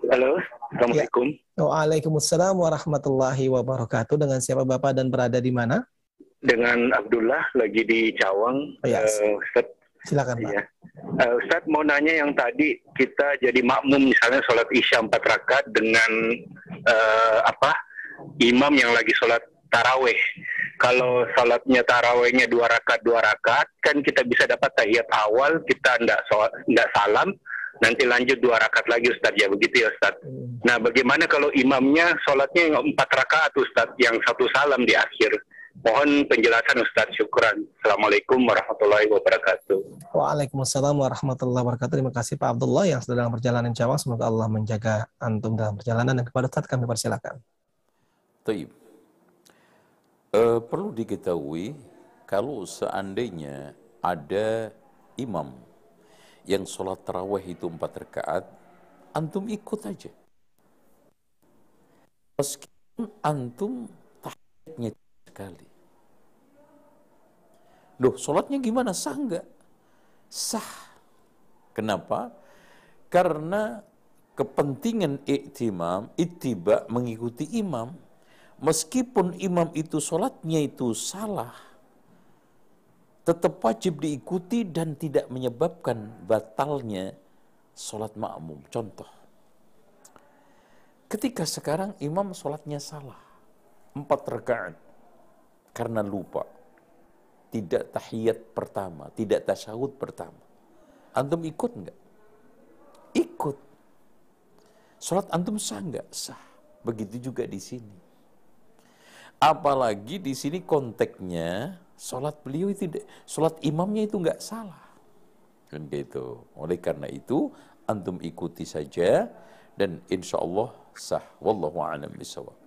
Halo, Ya. Assalamualaikum. Waalaikumsalam warahmatullahi wabarakatuh. Dengan siapa Bapak dan berada di mana? Dengan Abdullah, lagi di Cawang. Oh, ya. Uh, Ustaz, Silakan Pak. ya. Uh, Ustaz mau nanya yang tadi kita jadi makmum misalnya sholat isya empat rakaat dengan uh, apa imam yang lagi sholat taraweh. Kalau sholatnya tarawehnya dua rakaat dua rakaat kan kita bisa dapat tahiyat awal, kita ndak ndak salam, nanti lanjut dua rakaat lagi Ustaz, ya begitu ya Ustaz. Nah bagaimana kalau imamnya sholatnya yang empat rakaat Ustaz, yang satu salam di akhir? Mohon penjelasan Ustaz, syukran. Assalamualaikum warahmatullahi wabarakatuh. Waalaikumsalam warahmatullahi wabarakatuh. Terima kasih Pak Abdullah yang sedang perjalanan Cawang. Semoga Allah menjaga antum dalam perjalanan, dan kepada Ustaz kami persilakan. Taib. Uh, perlu diketahui kalau seandainya ada imam yang sholat tarawih itu empat rakaat, antum ikut aja. Meskipun antum tahiyatnya sekali. Loh, sholatnya gimana? Sah enggak? Sah. Kenapa? Karena kepentingan iktimam, ittiba, mengikuti imam. Meskipun imam itu sholatnya itu salah, tetap wajib diikuti dan tidak menyebabkan batalnya sholat makmum. Contoh, ketika sekarang imam sholatnya salah, empat rakaat, karena lupa, tidak tahiyat pertama, tidak tasyahud pertama, antum ikut enggak? Ikut. Sholat antum sah enggak? Sah. Begitu juga di sini. Apalagi di sini konteksnya sholat beliau itu, sholat imamnya itu enggak salah. Kan gitu. Oleh karena itu antum ikuti saja dan insya Allah sah. Wallahu a'lam bishawab.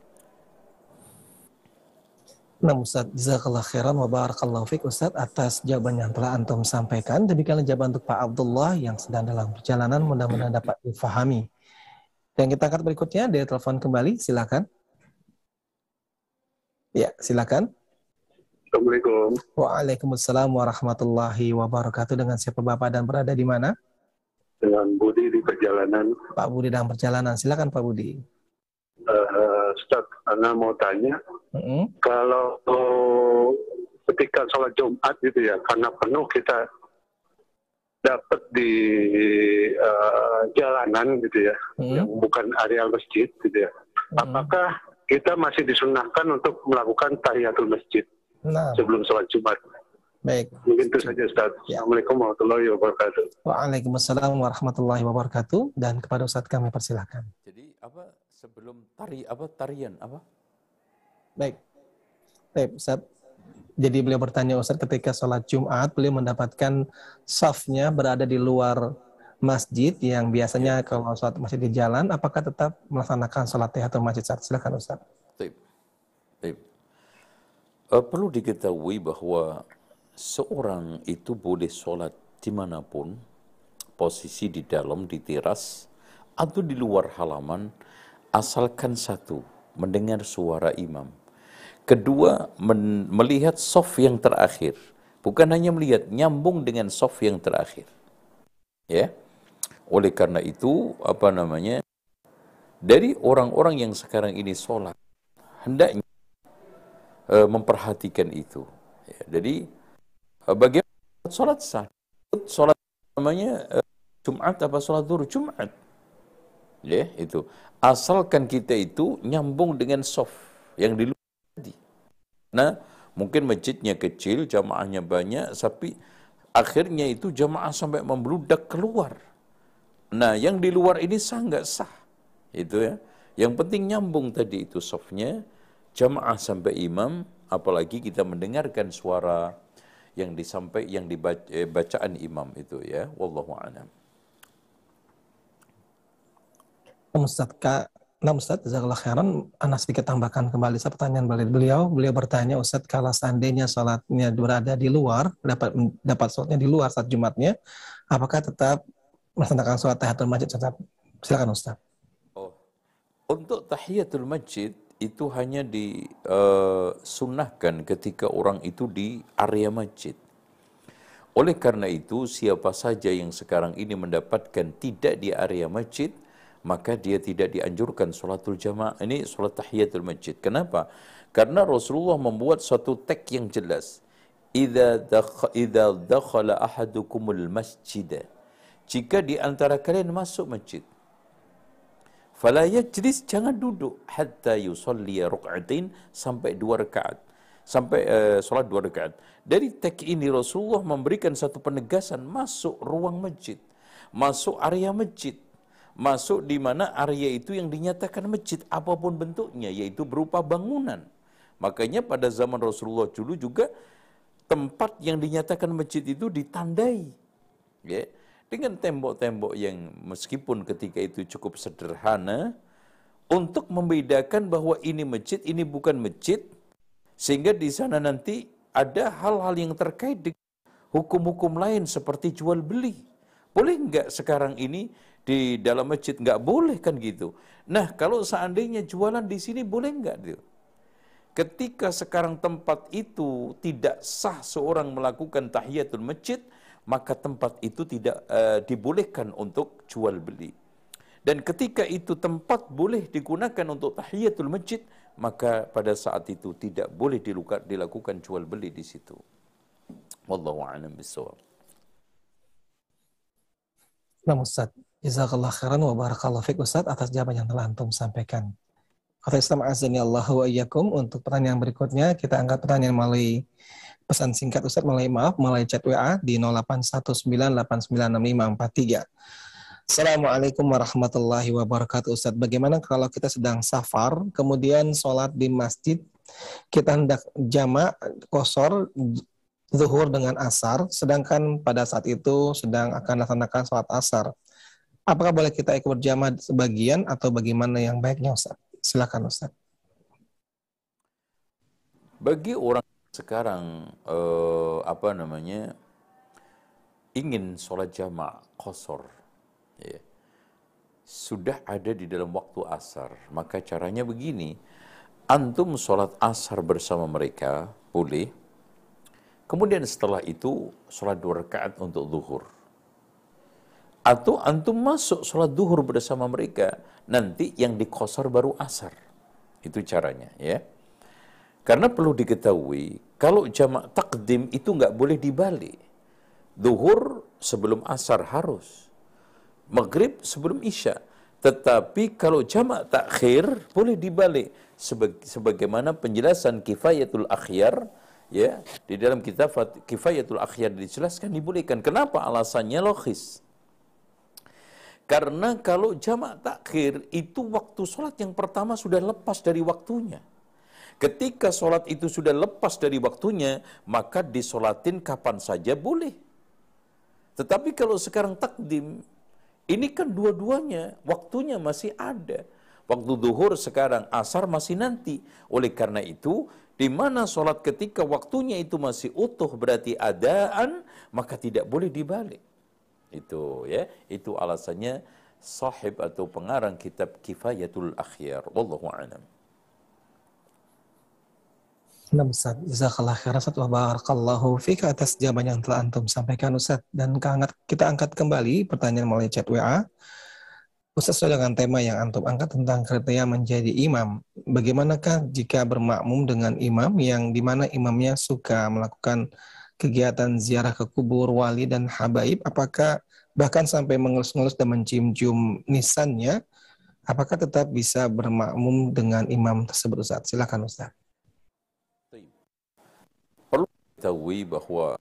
Nah Ustaz, jazakallah khairan wa barakallahu fiik Ustaz atas jawaban yang telah antum sampaikan. Demikianlah jawaban untuk Pak Abdullah yang sedang dalam perjalanan, mudah-mudahan dapat difahami. Dan kita angkat berikutnya dari telepon kembali, silakan. Ya, silakan. Assalamualaikum. Waalaikumsalam warahmatullahi wabarakatuh. Dengan siapa Bapak dan berada di mana? Dengan Budi di perjalanan. Pak Budi dalam perjalanan, silakan Pak Budi. Uh, Ustaz, Ana mau tanya, Mm-hmm. kalau oh, ketika sholat Jumat gitu ya, karena penuh kita dapat di uh, jalanan gitu ya, mm-hmm. yang bukan area masjid gitu ya, mm-hmm. apakah kita masih disunahkan untuk melakukan tahiyatul masjid nah. sebelum sholat Jumat? Baik. Mungkin itu saja Ustaz. Ya. Assalamualaikum warahmatullahi wabarakatuh. Waalaikumsalam warahmatullahi wabarakatuh. Dan kepada Ustaz kami persilahkan. Jadi apa sebelum tari apa tarian apa? Baik. Baik Ustaz. Jadi beliau bertanya Ustaz, ketika sholat Jumat beliau mendapatkan safnya berada di luar masjid yang biasanya ya. Kalau sholat masjid di jalan, apakah tetap melaksanakan sholat tahiyatul masjid? Silakan Ustaz. Baik. Baik. Uh, perlu diketahui bahwa seorang itu boleh sholat dimanapun, posisi di dalam, di teras, atau di luar halaman, asalkan satu, mendengar suara imam. Kedua, men- melihat shaf yang terakhir. Bukan hanya melihat, nyambung dengan shaf yang terakhir. Ya. Oleh karena itu, apa namanya, dari orang-orang yang sekarang ini sholat, hendaknya uh, memperhatikan itu. Ya, jadi, uh, bagaimana sholat sah? Sholat namanya uh, Jumat apa sholat zuhur? Jumat. Ya, itu. Asalkan kita itu nyambung dengan shaf yang di luar tadi. Nah, mungkin masjidnya kecil, jamaahnya banyak, tapi akhirnya itu jamaah sampai membludak keluar. Nah, yang di luar ini sah nggak sah? Itu ya. Yang penting nyambung tadi itu shafnya, jamaah sampai imam, apalagi kita mendengarkan suara yang disampaikan, yang dibaca, eh, bacaan imam itu ya. Wallahu a'lam. Ustaz, Kak, nah Ustaz, jazakallah khairan. Ana sedikit tambahkan kembali pertanyaan beliau. Beliau bertanya, Ustaz, kalau seandainya sholatnya berada di luar, dapat dapat sholatnya di luar saat Jumatnya, apakah tetap melaksanakan sholat tahiyatul masjid? Silakan Ustaz. Oh, untuk tahiyatul masjid itu hanya disunnahkan uh, ketika orang itu di area masjid. Oleh karena itu, siapa saja yang sekarang ini mendapatkan tidak di area masjid, maka dia tidak dianjurkan sholatul jamaah. Ini sholat tahiyatul masjid. Kenapa? Karena Rasulullah membuat suatu teks yang jelas. Idza dakh idza dakhala ahadukumul masjid. Jika di antara kalian masuk masjid, fala yajlis, jangan duduk hatta yusalli rak'atain, sampai dua rakaat. Sampai uh, salat dua rakaat. Dari teks ini Rasulullah memberikan satu penegasan, masuk ruang masjid, masuk area masjid, masuk di mana area itu yang dinyatakan masjid apapun bentuknya, yaitu berupa bangunan. Makanya pada zaman Rasulullah dulu juga tempat yang dinyatakan masjid itu ditandai, ya, dengan tembok-tembok yang meskipun ketika itu cukup sederhana untuk membedakan bahwa ini masjid, ini bukan masjid, sehingga di sana nanti ada hal-hal yang terkait dengan hukum-hukum lain seperti jual beli. Boleh enggak sekarang ini di dalam masjid? Enggak boleh kan gitu. Nah, kalau seandainya jualan di sini boleh enggak gitu? Ketika sekarang tempat itu tidak sah seorang melakukan tahiyatul masjid, maka tempat itu tidak uh, dibolehkan untuk jual beli. Dan ketika itu tempat boleh digunakan untuk tahiyatul masjid, maka pada saat itu tidak boleh dilakukan jual beli di situ. Wallahu a'lam bishawab. Nah, Ustaz, jazakallah khairan wa barakallahu fiik Ustaz atas jawaban yang telah antum sampaikan. Kata Islam azani Allah wa iyyakum. Untuk pertanyaan berikutnya kita angkat pertanyaan melalui pesan singkat Ustaz, melalui maaf melalui chat W A di nol delapan satu sembilan delapan sembilan enam lima empat tiga. Assalamualaikum warahmatullahi wabarakatuh Ustaz. Bagaimana kalau kita sedang safar, kemudian sholat di masjid, kita hendak jamak qashar zuhur dengan asar, sedangkan pada saat itu sedang akan laksanakan sholat asar. Apakah boleh kita ikut berjamaah sebagian atau bagaimana yang baiknya Ustaz? Silakan Ustaz. Bagi orang sekarang eh, apa namanya ingin sholat jamaah qashar, ya, sudah ada di dalam waktu asar, maka caranya begini, antum sholat asar bersama mereka boleh, kemudian setelah itu sholat dua rakaat untuk zuhur, atau antum masuk sholat zuhur bersama mereka, nanti yang diqashar baru asar. Itu caranya, ya. Karena perlu diketahui, kalau jamak takdim itu nggak boleh dibalik. Zuhur sebelum asar harus, maghrib sebelum isya. Tetapi kalau jamak takhir boleh dibalik, sebagaimana penjelasan Kifayatul Akhyar, ya, di dalam kitab Kifayatul Akhyar dijelaskan dibolehkan. Kenapa? Alasannya logis. Karena kalau jamak takhir itu waktu sholat yang pertama sudah lepas dari waktunya. Ketika sholat itu sudah lepas dari waktunya, maka disolatin kapan saja boleh. Tetapi kalau sekarang takdim, ini kan dua-duanya waktunya masih ada. Waktu zuhur sekarang, asar masih nanti. Oleh karena itu, di mana sholat ketika waktunya itu masih utuh berarti adaan, maka tidak boleh dibalik. Itu, ya, itu alasannya sahib atau pengarang kitab Kifayatul Akhyar. Wallahu a'lam. Nah, Ustaz, jazakallah khairan Ustaz wa barakallahu fiik atas jawaban yang telah antum sampaikan Ustaz. Dan kita angkat kembali pertanyaan melalui chat W A. Ustaz, sesuai dengan tema yang antum angkat tentang kriteria menjadi imam. Bagaimanakah jika bermakmum dengan imam yang dimana imamnya suka melakukan kegiatan ziarah ke kubur wali dan habaib, apakah bahkan sampai mengelus-ngelus dan mencium-cium nisannya, apakah tetap bisa bermakmum dengan imam tersebut Ustaz? Silakan Ustaz. Perlu diketahui bahwa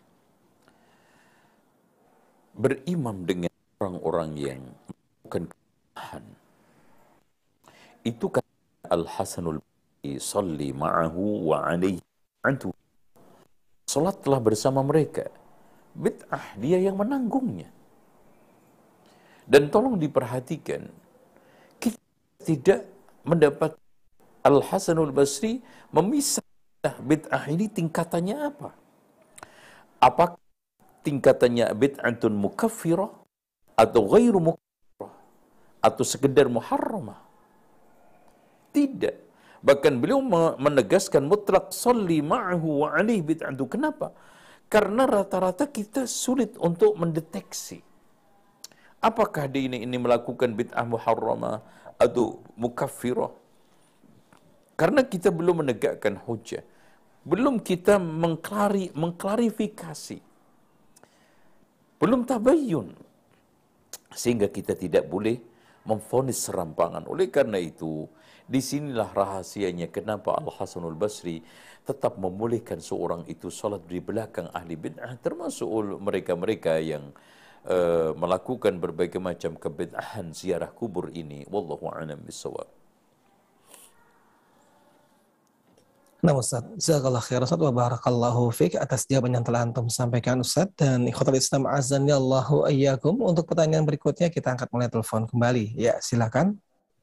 berimam dengan orang-orang yang melakukan kesalahan itu kan Al-Hasanul Basri salli ma'ahu wa alaihi antu. Salatlah bersama mereka. Bid'ah, dia yang menanggungnya. Dan tolong diperhatikan, kita tidak mendapat Al-Hasanul Basri memisah bid'ah ini tingkatannya apa. Apakah tingkatannya bid'atun mukaffirah atau ghairu mukaffirah atau sekedar muharramah? Tidak. Bahkan beliau menegaskan mutlak salli ma'ahu wa alaihi bid'atu. Kenapa? Karena rata-rata kita sulit untuk mendeteksi Apakah dia ini, ini melakukan bid'ah muharramah atau mukaffirah? Karena kita belum menegakkan hujah, belum kita mengklari, mengklarifikasi, belum tabayyun, sehingga kita tidak boleh memvonis serampangan. Oleh karena itu, disinilah rahasianya kenapa Al-Hasanul Basri tetap membolehkan seorang itu salat di belakang ahli bid'ah, termasuk mereka-mereka yang uh, melakukan berbagai macam kebid'ahan ziarah kubur ini. Wallahu a'lam bishawab. Nah Ustaz, jazakallah khair Ustaz wa barakallahu fiik atas jawaban yang telah antum sampaikan Ustaz. Dan ikhwatul Islam azani Allahu ayyakum, untuk pertanyaan berikutnya kita angkat mulai telepon kembali. Ya, silakan.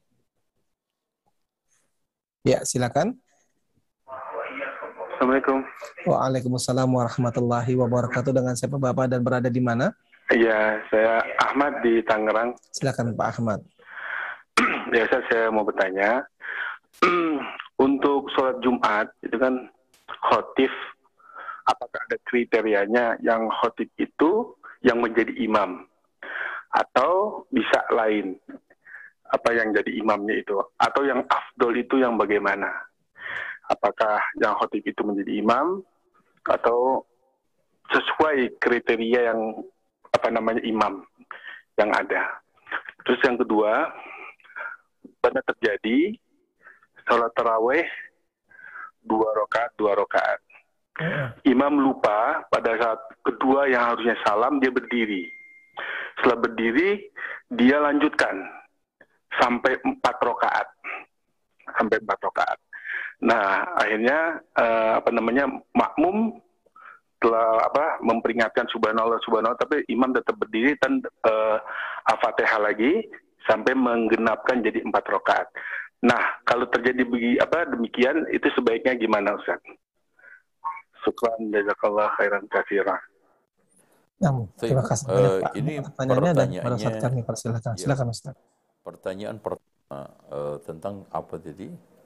Ya, silakan. Assalamualaikum. Waalaikumsalam warahmatullahi wabarakatuh. Dengan siapa Bapak dan berada di mana? Iya, saya Ahmad di Tangerang. Silakan Pak Ahmad. Ya, saya, saya mau bertanya. Untuk sholat Jumat, itu kan khotib, apakah ada kriterianya yang khotib itu yang menjadi imam? Atau bisa lain? Apa yang jadi imamnya itu? Atau yang afdol itu yang bagaimana? Apakah yang khotib itu menjadi imam? Atau sesuai kriteria yang, apa namanya, imam yang ada? Terus yang kedua, pernah terjadi sholat taraweh dua rakaat dua rakaat. Imam lupa pada saat kedua yang harusnya salam dia berdiri. Setelah berdiri dia lanjutkan sampai empat rakaat, sampai empat rakaat. Nah akhirnya eh, apa namanya makmum telah apa memperingatkan subhanallah subhanallah, tapi imam tetap berdiri dan eh, al-fatihah lagi sampai menggenapkan jadi empat rakaat. Nah, kalau terjadi begi, apa demikian, itu sebaiknya gimana, Ustaz? Syukran, jazakallah khairan katsiran. Nah, terima kasih uh, banyak Pak. Ini pertanyaannya dan pada pertanyaannya, saat kami persilakan. ya, Silakan Ustaz. Pertanyaan pertama uh, tentang apa tadi?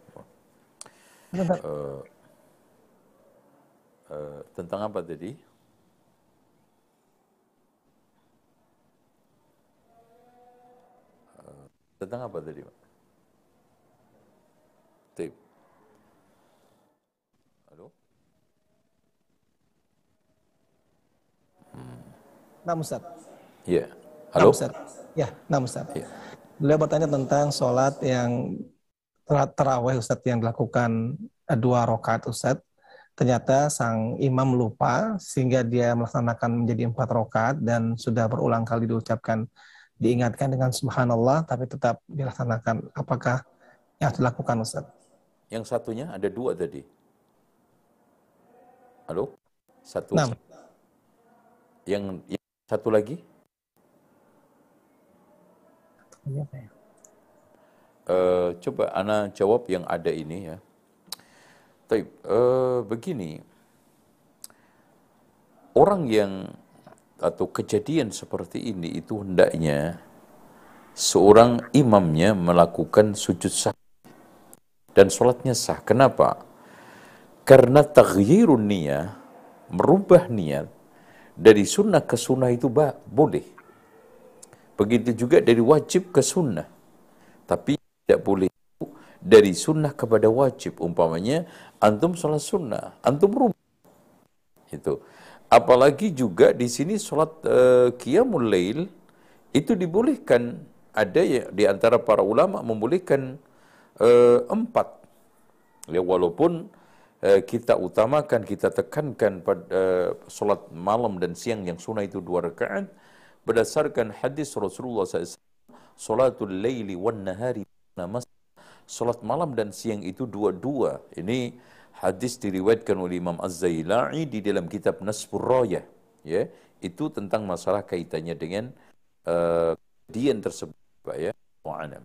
Uh, uh, tentang apa tadi? Uh, tentang apa tadi, Pak? Tip. Halo? Hmm. Nah, Ustaz. Ya. Halo? Nah, Ustaz. Ya, nah, Ustaz. Ya. Beliau bertanya tentang sholat yang tarawih Ustaz yang dilakukan dua rakaat Ustaz. Ternyata sang imam lupa sehingga dia melaksanakan menjadi empat rakaat dan sudah berulang kali diucapkan, diingatkan dengan subhanallah, tapi tetap dilaksanakan. Apakah yang dilakukan Ustaz? Yang satunya ada dua tadi. Halo? Satu. Nah. Yang, yang satu lagi? Uh, coba Ana jawab yang ada ini ya. Taib, uh, begini. Orang yang atau kejadian seperti ini itu hendaknya seorang imamnya melakukan sujud sahwi dan sholatnya sah. Kenapa? Karena taghyirun niyah, merubah niat dari sunnah ke sunnah itu bah, boleh. Begitu juga dari wajib ke sunnah. Tapi tidak boleh dari sunnah kepada wajib. Umpamanya antum sholat sunnah, antum rubah. Itu. Apalagi juga di sini sholat uh, qiyamul lail itu dibolehkan. Ada ya di antara para ulama membolehkan Uh, empat, ya, walaupun uh, kita utamakan, kita tekankan pada uh, solat malam dan siang yang sunnah itu dua rakaat berdasarkan hadis Rasulullah shallallahu alaihi wasallam, solatul laili wan nahari namas, solat malam dan siang itu dua-dua. Ini hadis diriwayatkan oleh Imam Az-Zailai di dalam kitab Nasbur Rayah, ya, itu tentang masalah kaitannya dengan uh, kejadian tersebut, Pak, ya. Wa'anam.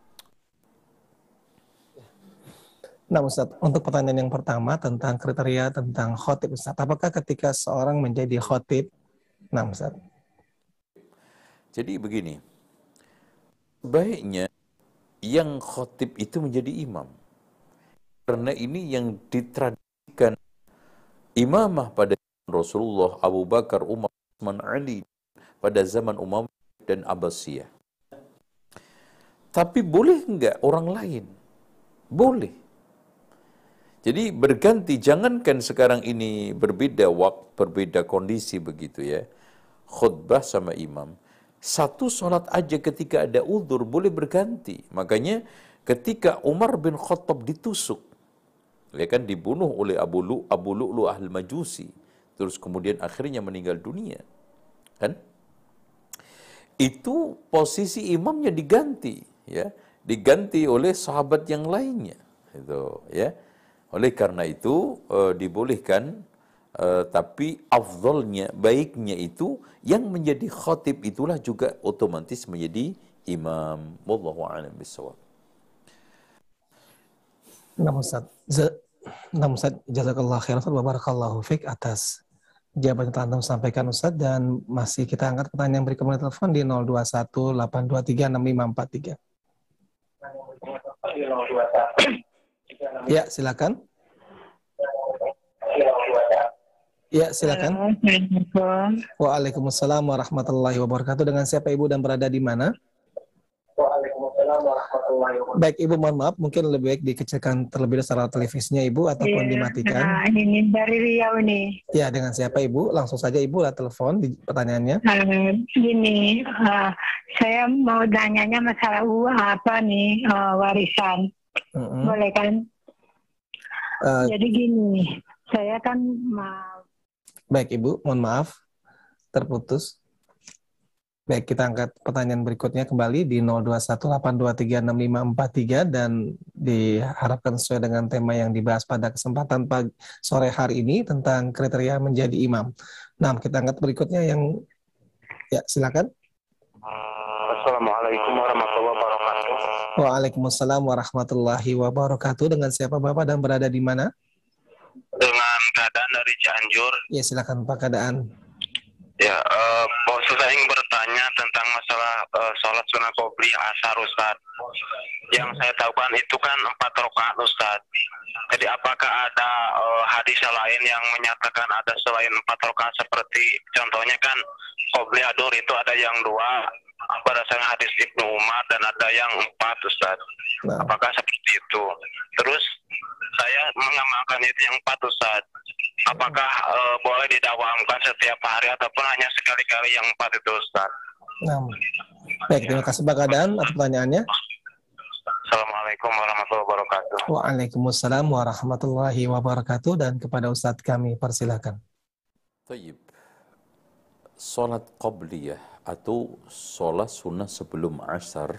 Nah Ustaz, untuk pertanyaan yang pertama tentang kriteria tentang khotib Ustaz, apakah ketika seorang menjadi khotib? Nah Ustaz. Jadi begini, baiknya yang khotib itu menjadi imam. Karena ini yang ditradisikan imamah pada Rasulullah, Abu Bakar, Umar, Utsman, Ali pada zaman Umar dan Abbasiyah. Tapi boleh enggak orang lain? Boleh. Jadi berganti, jangankan sekarang ini berbeda waktu, berbeda kondisi begitu ya. Khutbah sama imam. Satu sholat aja ketika ada uzur boleh berganti. Makanya ketika Umar bin Khattab ditusuk, ya kan, dibunuh oleh Abu Lu Abu Lu'lu al-Majusi, terus kemudian akhirnya meninggal dunia, kan? Itu posisi imamnya diganti, ya, diganti oleh sahabat yang lainnya, itu, ya. Oleh karena itu e, dibolehkan, e, tapi afdolnya, baiknya itu yang menjadi khatib itulah juga otomatis menjadi imam. Wallahu a'lam bishawab. Nah, Ustaz, nah, Ustaz, jazakallah khairan wa barakallahu fiik atas jawaban yang telah Anda sampaikan, Ustaz, dan masih kita angkat pertanyaan berikutnya telepon di nol dua satu delapan dua tiga enam lima empat tiga. Ya, silakan. Ya, silakan. Waalaikumsalam warahmatullahi wabarakatuh. Dengan siapa Ibu dan berada di mana? Waalaikumsalam warahmatullahi wabarakatuh. Baik, Ibu, mohon maaf, mungkin lebih baik dikecilkan terlebih dahulu secara televisinya Ibu ataupun ya, dimatikan. Nah, ini dari Riau nih. Ya, dengan siapa Ibu? Langsung saja Ibu lah telepon di pertanyaannya. Uh, gini, uh, saya mau tanyanya masalah uang apa nih, uh, warisan. Uh-uh. Boleh kan? Uh, Jadi gini, saya kan mau... Baik Ibu, mohon maaf, terputus. Baik, kita angkat pertanyaan berikutnya kembali di nol dua satu delapan dua tiga enam lima empat tiga dan diharapkan sesuai dengan tema yang dibahas pada kesempatan pagi sore hari ini tentang kriteria menjadi imam. Nah, kita angkat berikutnya yang, ya silakan. Assalamualaikum warahmatullahi wabarakatuh. Waalaikumsalam warahmatullahi wabarakatuh. Dengan siapa Bapak dan berada di mana? Dengan keadaan dari Cianjur. Ya, silakan Pak, keadaan. Ya, uh, bos saya ingin bertanya tentang masalah uh, sholat sunnah qobliyah asar, Ustaz. Yang saya tahu kan itu kan empat rakaat, Ustaz. Jadi apakah ada uh, hadis lain yang menyatakan ada selain empat rakaat, seperti contohnya kan qobliyah duhur itu ada yang dua berdasarkan hadis Ibnu Umar dan ada yang empat, Ustaz. Nah. Apakah seperti itu? Terus saya mengamalkan itu yang empat, Ustaz. Apakah uh, boleh didawamkan setiap hari ataupun hanya sekali-kali yang empat itu, Ustaz? Nah. Baik, terima kasih Pak keadaan atas pertanyaannya. Assalamualaikum warahmatullahi wabarakatuh. Waalaikumsalam warahmatullahi wabarakatuh, dan kepada Ustadz kami persilakan. Tayyib. Salat qabliyah atau salat sunnah sebelum asar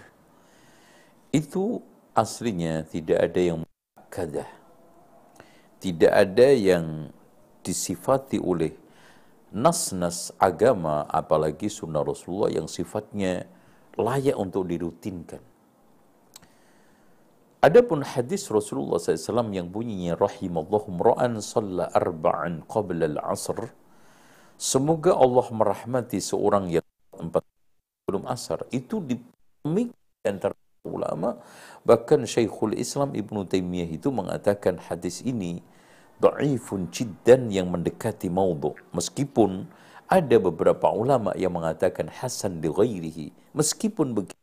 itu aslinya tidak ada yang muakkadah. Tidak ada yang disifati oleh nas-nas agama, apalagi sunnah Rasulullah yang sifatnya layak untuk dirutinkan. Adapun hadis Rasulullah sallallahu alaihi wasallam yang bunyinya rahimallahu mra'an shalla arba'an qabla al-'asr, semoga Allah merahmati seorang yang empat sebelum asar, itu dipemik antara ulama. Bahkan Syekhul Islam Ibnu Taimiyah itu mengatakan hadis ini dhaifun jiddan, yang mendekati maudhu, meskipun ada beberapa ulama yang mengatakan hasan li ghairihi. Meskipun begitu,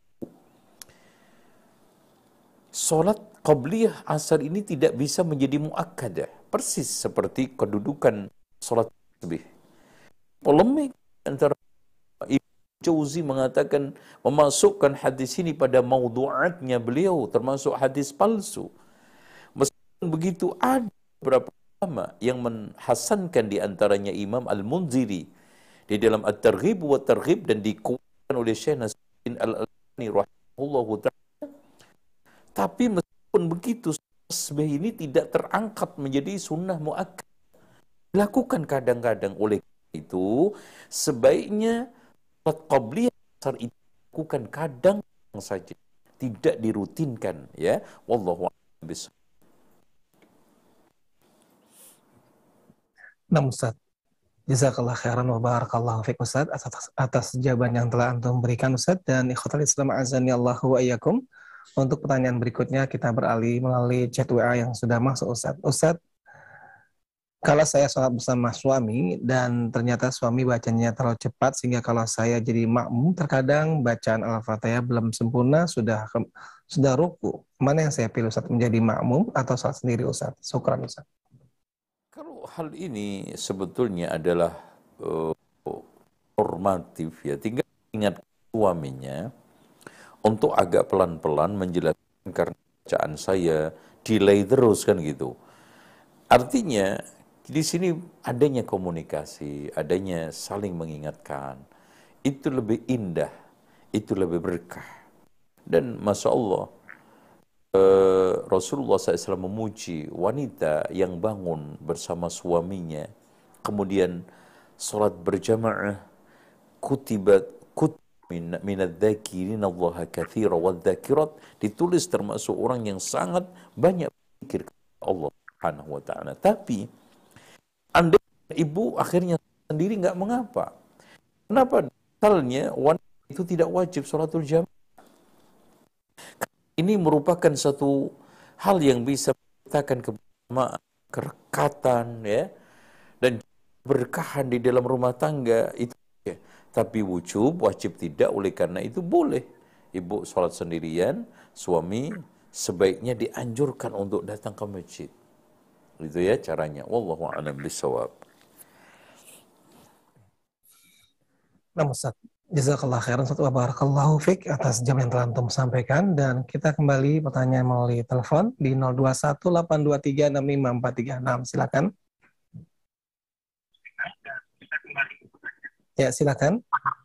salat qabliyah asar ini tidak bisa menjadi muakkadah, persis seperti kedudukan salat tasbih. Polemik antara Ibnu Jauzi mengatakan memasukkan hadis ini pada maudhu'atnya beliau, termasuk hadis palsu. Meskipun begitu, ada beberapa ulama yang menhasankan, di antaranya Imam Al-Munziri di dalam At-Targhib wa Targhib, dan dikuatkan oleh Syekh Nasruddin Al-Albani rahimahullahu ta'ala. Tapi meskipun begitu, tasbih ini tidak terangkat menjadi sunnah muakkad. Dilakukan kadang-kadang. Oleh itu, sebaiknya salat qabliyah asar itu dilakukan kadang saja, tidak dirutinkan, ya. Wallahu a'lam bishawab. Nah, Ustaz, jazakallah khairan wa barakallahu fiik Ustaz atas, atas jawaban yang telah Antum berikan, Ustaz. Dan ikhwatal Islam azani Allahu wa iyyakum. Untuk pertanyaan berikutnya kita beralih melalui chat W A yang sudah masuk, Ustaz. Ustaz, Kalau saya sholat bersama suami dan ternyata suami bacanya terlalu cepat sehingga kalau saya jadi makmum terkadang bacaan Al-Fatihah belum sempurna sudah ke, sudah ruku. Mana yang saya pilih Ustaz, menjadi makmum atau sholat sendiri Ustaz? Syukran Ustaz. Kalau hal ini sebetulnya adalah uh, normatif ya, tinggal ingat suaminya untuk agak pelan-pelan menjelaskan karena bacaan saya delay terus kan gitu. Artinya di sini adanya komunikasi, adanya saling mengingatkan, itu lebih indah, itu lebih berkah. Dan Masya Allah, eh, Rasulullah shallallahu alaihi wasallam memuji wanita yang bangun bersama suaminya, kemudian sholat berjamaah, kutibat kutib minadz-dzakirin Allah katsira wadz-dzakirat, ditulis termasuk orang yang sangat banyak berpikir kepada Allah Subhanahu wa taala. Tapi Anda ibu akhirnya sendiri nggak mengapa. Kenapa? Misalnya wanita itu tidak wajib sholatul jamaah. Ini merupakan satu hal yang bisa menciptakan kebersamaan, kerekatan, ya, dan berkahan di dalam rumah tangga itu. Ya. Tapi wujub, wajib tidak. Oleh karena itu boleh ibu sholat sendirian, suami sebaiknya dianjurkan untuk datang ke masjid. Itu ya caranya. Wallahu a'lam bishawab. Nah, Ustaz, jazakallah khairan Ustaz wa barakallahu fik atas jam yang telah antum sampaikan, dan kita kembali pertanyaan melalui telepon di nol dua satu delapan dua tiga enam lima empat tiga enam. Silakan. Ya, silakan.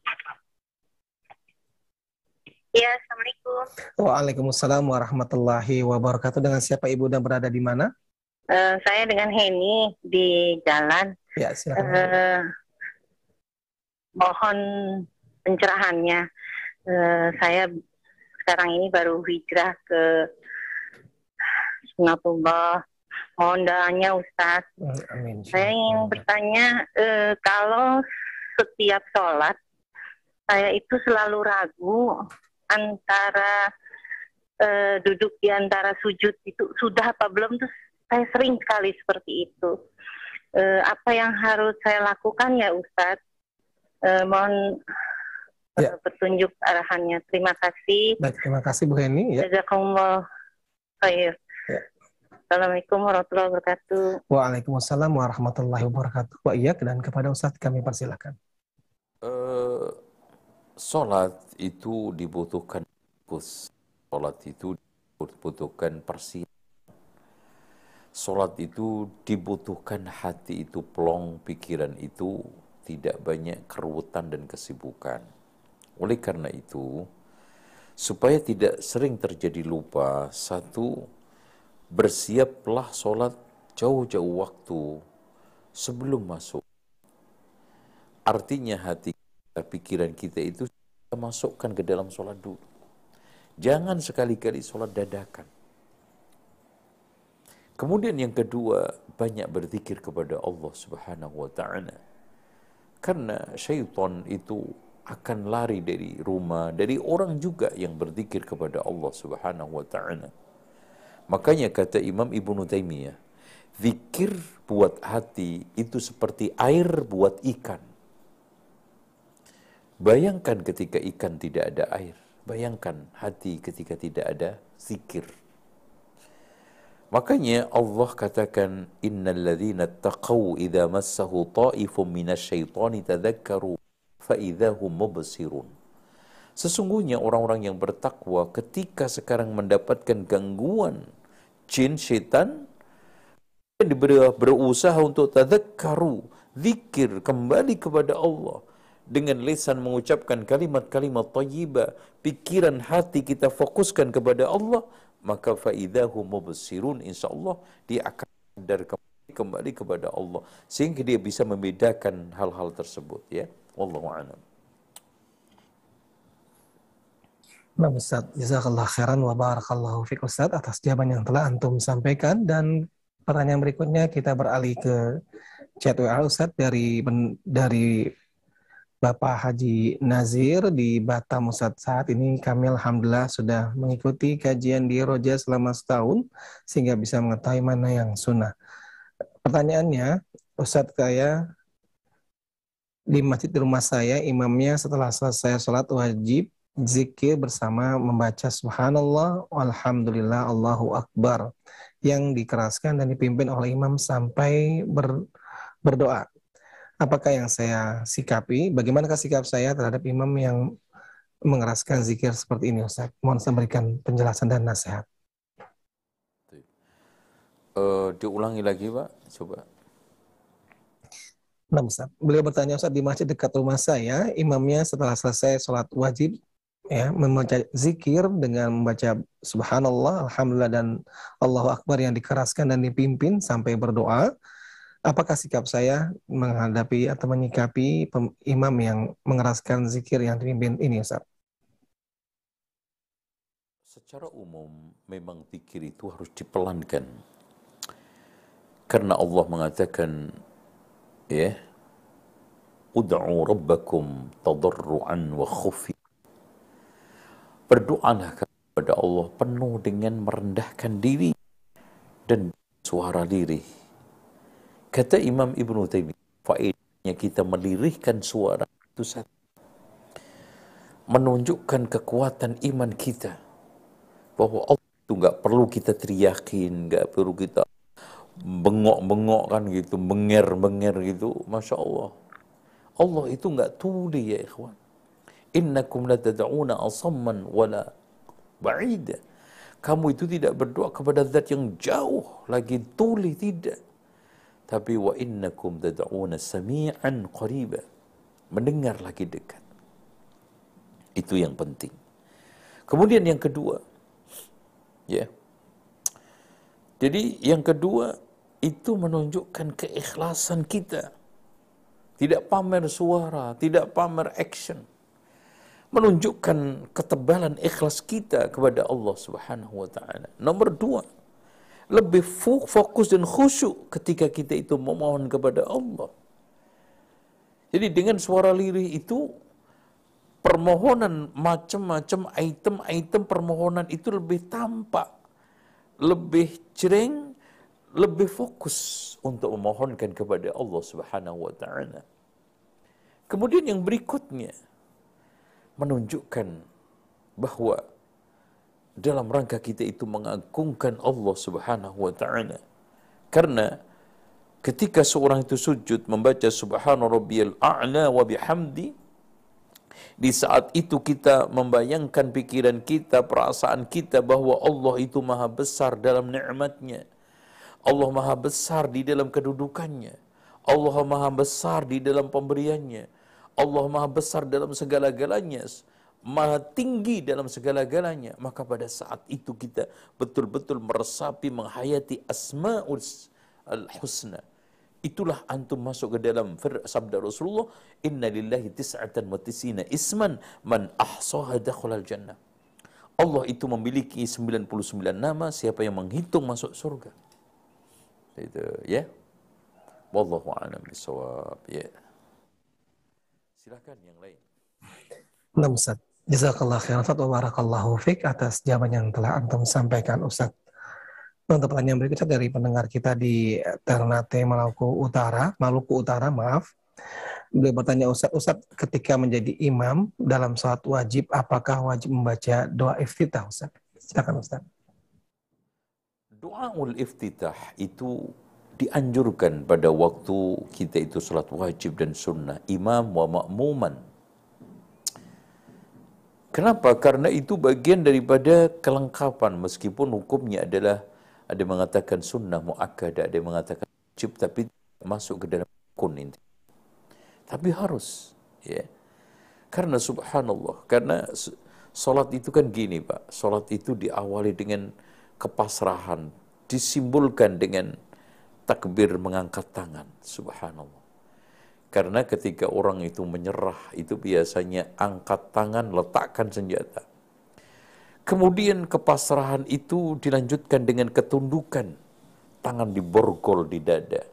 Ya, Assalamualaikum. Waalaikumsalam warahmatullahi wabarakatuh. Dengan siapa ibu dan berada di mana? Uh, saya dengan Heni di jalan. Ya, silakan. Uh, mohon pencerahannya. Uh, saya sekarang ini baru hijrah ke Singapura. Mohon doanya Ustaz. Amin. Saya ingin bertanya, uh, kalau setiap sholat saya itu selalu ragu antara uh, duduk di antara sujud itu sudah apa belum, terus saya sering sekali seperti itu. Uh, apa yang harus saya lakukan ya Ustadz? Uh, mohon ya. uh, petunjuk arahannya. Terima kasih. Baik, terima kasih Bu Heni. Ya. Jazakumullah khair. Ya. Assalamualaikum warahmatullahi wabarakatuh. Waalaikumsalam warahmatullahi wabarakatuh. Wa iyyak, dan kepada Ustadz kami persilakan. Uh, Salat itu dibutuhkan fokus. Salat itu dibutuhkan persiapan. Salat itu dibutuhkan hati itu plong, pikiran itu tidak banyak keruwetan dan kesibukan. Oleh karena itu, supaya tidak sering terjadi lupa, satu, bersiaplah salat jauh-jauh waktu sebelum masuk. Artinya hati kita, pikiran kita itu kita masukkan ke dalam salat dulu. Jangan sekali-kali salat dadakan. Kemudian yang kedua, banyak berzikir kepada Allah Subhanahu wa taala. Karena syaitan itu akan lari dari rumah, dari orang juga yang berzikir kepada Allah Subhanahu wa taala. Makanya kata Imam Ibnu Taimiyah, zikir buat hati itu seperti air buat ikan. Bayangkan ketika ikan tidak ada air, bayangkan hati ketika tidak ada zikir. Makanya Allah katakan, innal ladzina taqaw idza massahu ta'ifun minasyaitani tadzakkaru fa idzahum mubsirun. Sesungguhnya orang-orang yang bertakwa ketika sekarang mendapatkan gangguan jin syaitan, berusaha untuk tadzakkaru, zikir, kembali kepada Allah dengan lisan mengucapkan kalimat-kalimat thayyibah, pikiran hati kita fokuskan kepada Allah, maka faidahum mubsirun, insyaallah dia akan sadar kembali, kembali kepada Allah sehingga dia bisa membedakan hal-hal tersebut, ya. Wallahu a'lam. Nah, Ustaz, jazakallah khairan wa barakallahu fiik Ustaz atas jawaban yang telah antum sampaikan, dan pertanyaan berikutnya kita beralih ke chat W A Ustaz dari dari Bapak Haji Nazir di Batam Ustaz. Saat ini kami alhamdulillah sudah mengikuti kajian di Roja selama setahun sehingga bisa mengetahui mana yang sunnah. Pertanyaannya, Ustadz, saya di masjid di rumah saya, imamnya setelah selesai sholat wajib zikir bersama membaca subhanallah, alhamdulillah, Allahu Akbar, yang dikeraskan dan dipimpin oleh imam sampai ber, berdoa. Apakah yang saya sikapi? Bagaimanakah sikap saya terhadap imam yang mengeraskan zikir seperti ini, Ustaz? Mohon saya berikan penjelasan dan nasihat. Uh, diulangi lagi, Pak, coba. Nah, Ustaz, beliau bertanya, Ustaz, di masjid dekat rumah saya, imamnya setelah selesai sholat wajib, ya, membaca zikir dengan membaca subhanallah, alhamdulillah, dan Allahu Akbar yang dikeraskan dan dipimpin sampai berdoa. Apakah sikap saya menghadapi atau menyikapi imam yang mengeraskan zikir yang dipimpin ini, Ustaz? Secara umum, memang zikir itu harus dipelankan. Karena Allah mengatakan, ya, ud'u rabbakum tadarru'an wa khufi. Berdoalah kepada Allah penuh dengan merendahkan diri dan suara lirih. Kata Imam Ibnu Taimiyah, faedahnya kita melirihkan suara itu satu, menunjukkan kekuatan iman kita, bahwa Allah itu nggak perlu kita teriakin, nggak perlu kita bengok-bengok kan gitu, menger-menger gitu. Masya Allah, Allah itu nggak tuli ya ikhwan. Innakum la tad'una asamman wala ba'ida. Kamu itu tidak berdoa kepada zat yang jauh lagi tuli, tidak. Tapi wa innakum tad'una sami'an qariba. Mendengar lagi dekat. Itu yang penting. Kemudian yang kedua, ya. Jadi yang kedua itu menunjukkan keikhlasan kita. Tidak pamer suara, tidak pamer action. Menunjukkan ketebalan ikhlas kita kepada Allah Subhanahu wa taala. Nomor dua, lebih fokus dan khusyuk ketika kita itu memohon kepada Allah. Jadi dengan suara lirih itu, permohonan macam-macam item-item permohonan itu lebih tampak, lebih jreng, lebih fokus untuk memohonkan kepada Allah Subhanahu wa taala. Kemudian yang berikutnya menunjukkan bahwa dalam rangka kita itu mengagungkan Allah Subhanahu wa taala. Karena ketika seorang itu sujud membaca subhana rabbiyal a'la wa bihamdi, di saat itu kita membayangkan pikiran kita, perasaan kita bahwa Allah itu maha besar dalam nikmatnya. Allah maha besar di dalam kedudukannya. Allah maha besar di dalam pemberiannya. Allah maha besar dalam segala-galanya. Maha tinggi dalam segala-galanya. Maka pada saat itu kita betul-betul meresapi, menghayati asma'ul al-husna. Itulah antum masuk ke dalam sabda Rasulullah, inna lillahi tis'atan wa tis'ina isman man ahsaha dakhalal jannah. Allah itu memiliki sembilan puluh sembilan nama, siapa yang menghitung masuk surga. Itu ya. Wallahu a'lam bishawab. Ya. Silakan yang lain. Nah, Ustaz, jazakallah khairan wa barakallahu fik atas jawaban yang telah antum sampaikan, Ustaz. Untuk pertanyaan berikutnya dari pendengar kita di Ternate, Maluku Utara, Maluku Utara, maaf. Beliau bertanya, Ustaz, Ustaz, ketika menjadi imam dalam salat wajib, apakah wajib membaca doa iftitah, Ustaz? Silakan, Ustaz. Doaul iftitah itu dianjurkan pada waktu kita itu salat wajib dan sunnah, imam wa ma'muman. Kenapa? Karena itu bagian daripada kelengkapan, meskipun hukumnya adalah, ada mengatakan sunnah mu'akkadah, ada mengatakan wajib, tapi masuk ke dalam rukun ini. Tapi harus, ya. Karena subhanallah, karena salat itu kan gini, Pak. Salat itu diawali dengan kepasrahan, disimbolkan dengan takbir mengangkat tangan, subhanallah. Karena ketika orang itu menyerah, itu biasanya angkat tangan, letakkan senjata. Kemudian kepasrahan itu dilanjutkan dengan ketundukan, tangan diborgol di dada.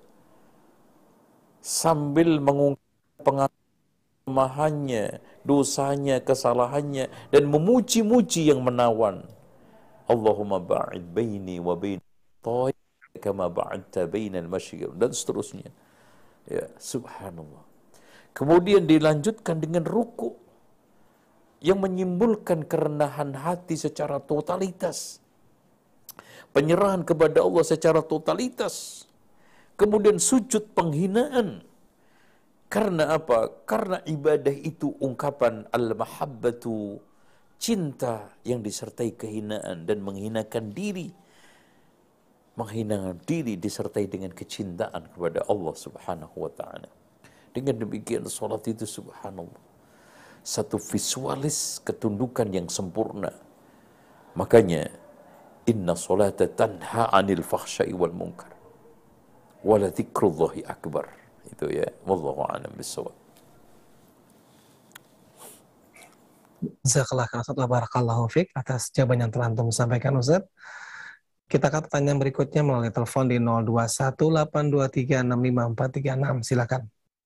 Sambil mengungkapkan kelemahannya, dosanya, kesalahannya, dan memuji-muji yang menawan. Allahumma ba'id baini wa bain thai kama ba'adta bainal masyriq dan seterusnya. Ya, subhanallah. Kemudian dilanjutkan dengan ruku yang menyimbolkan kerendahan hati secara totalitas. Penyerahan kepada Allah secara totalitas. Kemudian sujud penghinaan. Karena apa? Karena ibadah itu ungkapan al-mahabbatu, cinta yang disertai kehinaan dan menghinakan diri. Menghinakan diri disertai dengan kecintaan kepada Allah Subhanahu wa taala. Dengan demikian salat itu subhanallah satu visualis ketundukan yang sempurna. Makanya inna salata tanha 'anil fahsya'i wal munkar wa la dzikrullahi akbar. Itu ya, wallahu a'lam bissawab. Jazakallah khairan Ustaz wa barakallahu fiik atas jawaban yang telah antum sampaikan Ustaz. Kita akan pertanyaan berikutnya melalui telepon di nol dua satu delapan dua tiga enam lima empat tiga enam. Silakan.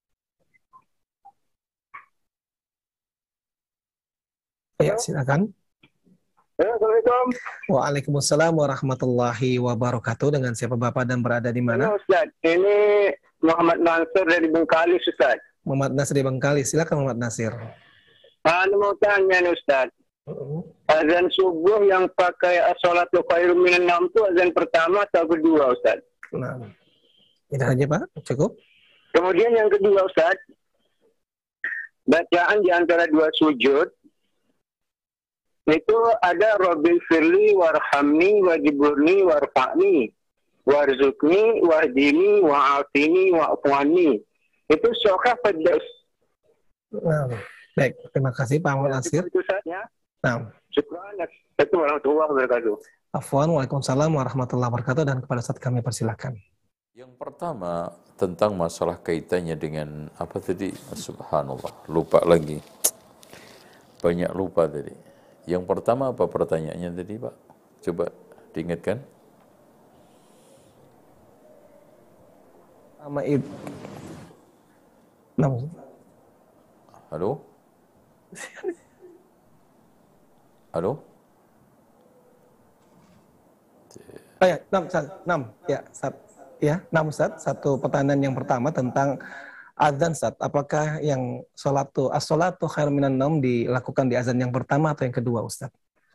Ya, silakan. Assalamualaikum. Waalaikumsalam warahmatullahi wabarakatuh. Dengan siapa Bapak dan berada di mana? Ustaz, ini Muhammad Nasir dari Bengkalis, Ustaz. Muhammad Nasir dari Bengkalis. Silakan Muhammad Nasir. Anu mau tanya nih, Ustaz. Azan subuh yang pakai as-salatu khairum minan naum itu azan pertama atau kedua, Ustaz? Nah, itu aja Pak, cukup. Kemudian yang kedua, Ustaz, bacaan di antara dua sujud itu ada Rabbil firli warhamni wajiburni warfa'ni warzukni wahdini wa'afini wa'fu'ani. Itu sokah pedas. Nah, baik, terima kasih Pak Muhammad Nasir. Itu saja. Nah, syukran. Assalamualaikum warahmatullahi wabarakatuh. Afwan, waalaikumsalam warahmatullahi wabarakatuh, dan kepada Ustaz kami persilakan. Yang pertama tentang masalah kaitannya dengan apa tadi? Subhanallah, lupa lagi. Banyak lupa tadi. Yang pertama apa pertanyaannya tadi, Pak? Coba diingatkan. Sama itu. Nah, Halo? Halo? Oh ya, enam, enam, ya, sat, ya, enam Ustaz. Satu pertanyaan yang pertama tentang azan Ustaz. Apakah yang sholatu, as-sholatu khairun minan naum dilakukan di azan yang pertama atau yang kedua Ustaz?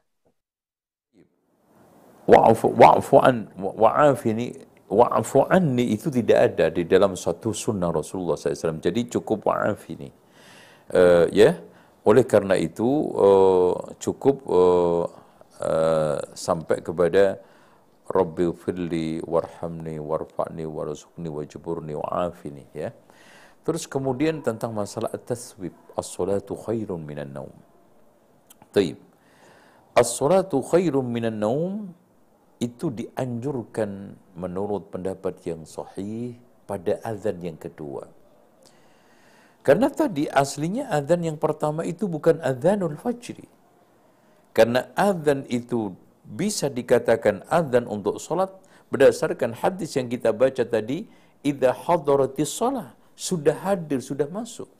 Wa'fu wa'fu an wa'afini wa'fu anni itu tidak ada di dalam satu sunnah Rasulullah sallallahu alaihi wasallam. Jadi cukup wa'afini. Uh, ya, oleh karena itu uh, cukup uh, uh, sampai kepada Rabbil firli warhamni warfa'ni warzuqni wajburni wa'afini, ya. Terus kemudian tentang masalah at-taswib, as-salatu khairun minan naum. Taib. As-salatu khairun minan naum itu dianjurkan menurut pendapat yang sahih pada azan yang kedua. Karena tadi aslinya azan yang pertama itu bukan azanul fajri. Karena azan itu bisa dikatakan azan untuk salat berdasarkan hadis yang kita baca tadi, idza hadaratis shalah, sudah hadir, sudah masuk.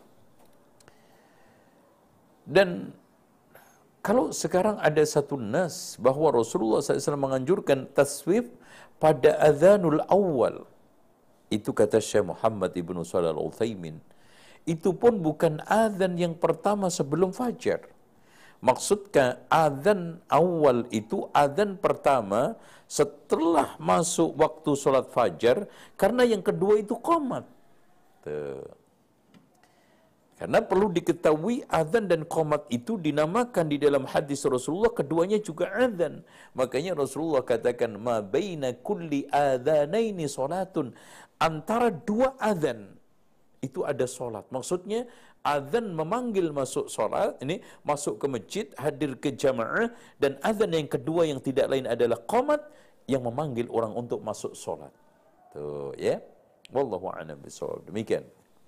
Dan kalau sekarang ada satu nas bahwa Rasulullah sallallahu alaihi wasallam menganjurkan taswif pada azanul awal, itu kata Syekh Muhammad ibnu Shalih al-Utsaimin, itu pun bukan azan yang pertama sebelum fajar. Maksudnya azan awal itu azan pertama setelah masuk waktu sholat fajar, karena yang kedua itu qomat. Tuh. Karena perlu diketahui azan dan qomat itu dinamakan di dalam hadis Rasulullah, keduanya juga azan. Makanya Rasulullah katakan, ma baina kulli adzanaini salatun, antara dua azan itu ada sholat. Maksudnya azan memanggil masuk sholat, ini masuk ke masjid, hadir ke jamaah, dan azan yang kedua yang tidak lain adalah qomat yang memanggil orang untuk masuk sholat. Tuh, ya. Wallahu a'lam bishawab. Demikian.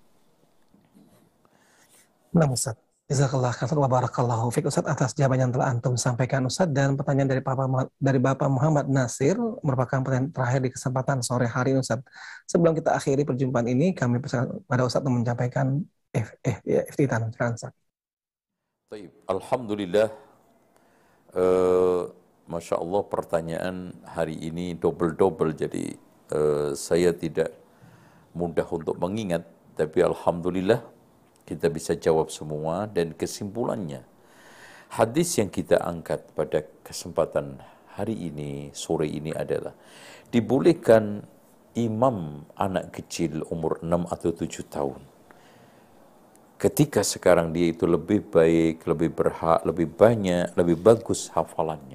Nah Ustaz, jazakallah khairan wa barakallahu fiik Ustaz atas jawaban yang telah antum sampaikan Ustaz. Dan pertanyaan dari Bapak dari Bapak Muhammad Nasir merupakan pertanyaan terakhir di kesempatan sore hari Ustaz. Sebelum kita akhiri perjumpaan ini, kami persilakan pada Ustaz untuk menyampaikan eh eh iftitah Ustaz. Baik, alhamdulillah. Uh, Masya Allah pertanyaan hari ini double-double, jadi uh, saya tidak mudah untuk mengingat, tapi alhamdulillah kita bisa jawab semua. Dan kesimpulannya, hadis yang kita angkat pada kesempatan hari ini, sore ini adalah dibolehkan imam anak kecil umur enam atau tujuh tahun. Ketika sekarang dia itu lebih baik, lebih berhak, lebih banyak, lebih bagus hafalannya.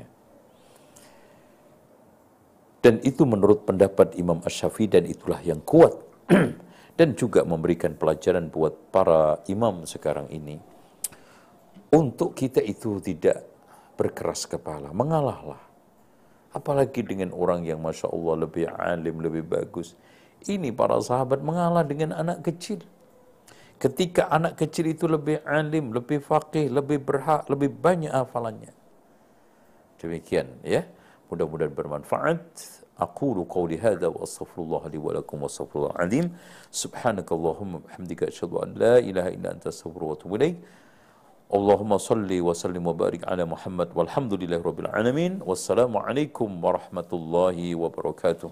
Dan itu menurut pendapat Imam Asy-Syafi'i, dan itulah yang kuat. Dan juga memberikan pelajaran buat para imam sekarang ini. Untuk kita itu tidak berkeras kepala, mengalahlah. Apalagi dengan orang yang Masya Allah lebih alim, lebih bagus. Ini para sahabat mengalah dengan anak kecil. Ketika anak kecil itu lebih alim, lebih faqih, lebih berhak, lebih banyak hafalannya. Demikian ya. Mudah-mudahan bermanfaat. Aqulu qawli hadza wa astaghfirullah li wa lakum wa astaghfirullahal azim. Subhanakallahumma bihamdika asyhadu an la ilaha illa anta astaghfiruka wa atubu ilaik. Allahumma salli wa sallim wa barik ala Muhammad walhamdulillahi rabbil alamin. Wassalamualaikum warahmatullahi wabarakatuh.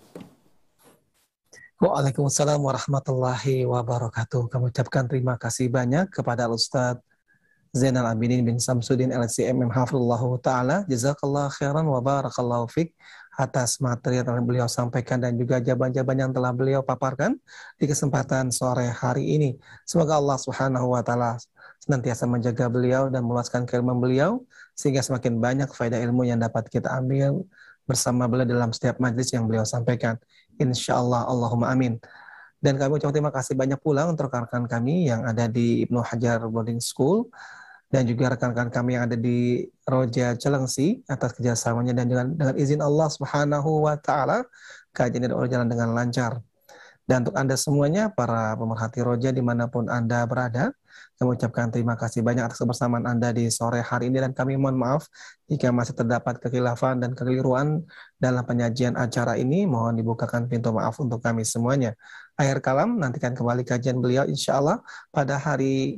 Waalaikumsalam warahmatullahi wabarakatuh. Kami ucapkan terima kasih banyak kepada Al-Ustaz Zainal Abidin bin Samsudin L C M M hafizallahu ta'ala. Jazakallah khairan wa barakallahu fik atas materi yang telah beliau sampaikan dan juga jawaban-jawaban yang telah beliau paparkan di kesempatan sore hari ini. Semoga Allah Subhanahu wa taala senantiasa menjaga beliau dan meluaskan keilmuan beliau sehingga semakin banyak faedah ilmu yang dapat kita ambil bersama beliau dalam setiap majlis yang beliau sampaikan. Insyaallah, Allahumma amin. Dan kami ucapkan terima kasih banyak pula untuk rekan-rekan kami yang ada di Ibnu Hajar Boarding School dan juga rekan-rekan kami yang ada di Roja Celengsi atas kerjasamanya, dan dengan, dengan izin Allah Subhanahu wa taala kajian ini berjalan dengan lancar. Dan untuk Anda semuanya, para pemerhati Roja dimanapun Anda berada, kami ucapkan terima kasih banyak atas kebersamaan Anda di sore hari ini, dan kami mohon maaf jika masih terdapat kekhilafan dan kekeliruan dalam penyajian acara ini. Mohon dibukakan pintu maaf untuk kami semuanya. Akhir kalam, nantikan kembali kajian beliau insya Allah pada hari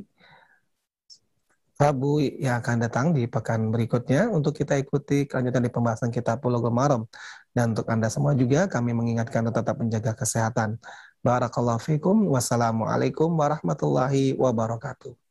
Rabu yang akan datang di pekan berikutnya untuk kita ikuti kelanjutan di pembahasan kitab Bulughul Maram. Dan untuk Anda semua juga kami mengingatkan untuk tetap menjaga kesehatan. Barakallahu fikum. Wassalamualaikum warahmatullahi wabarakatuh.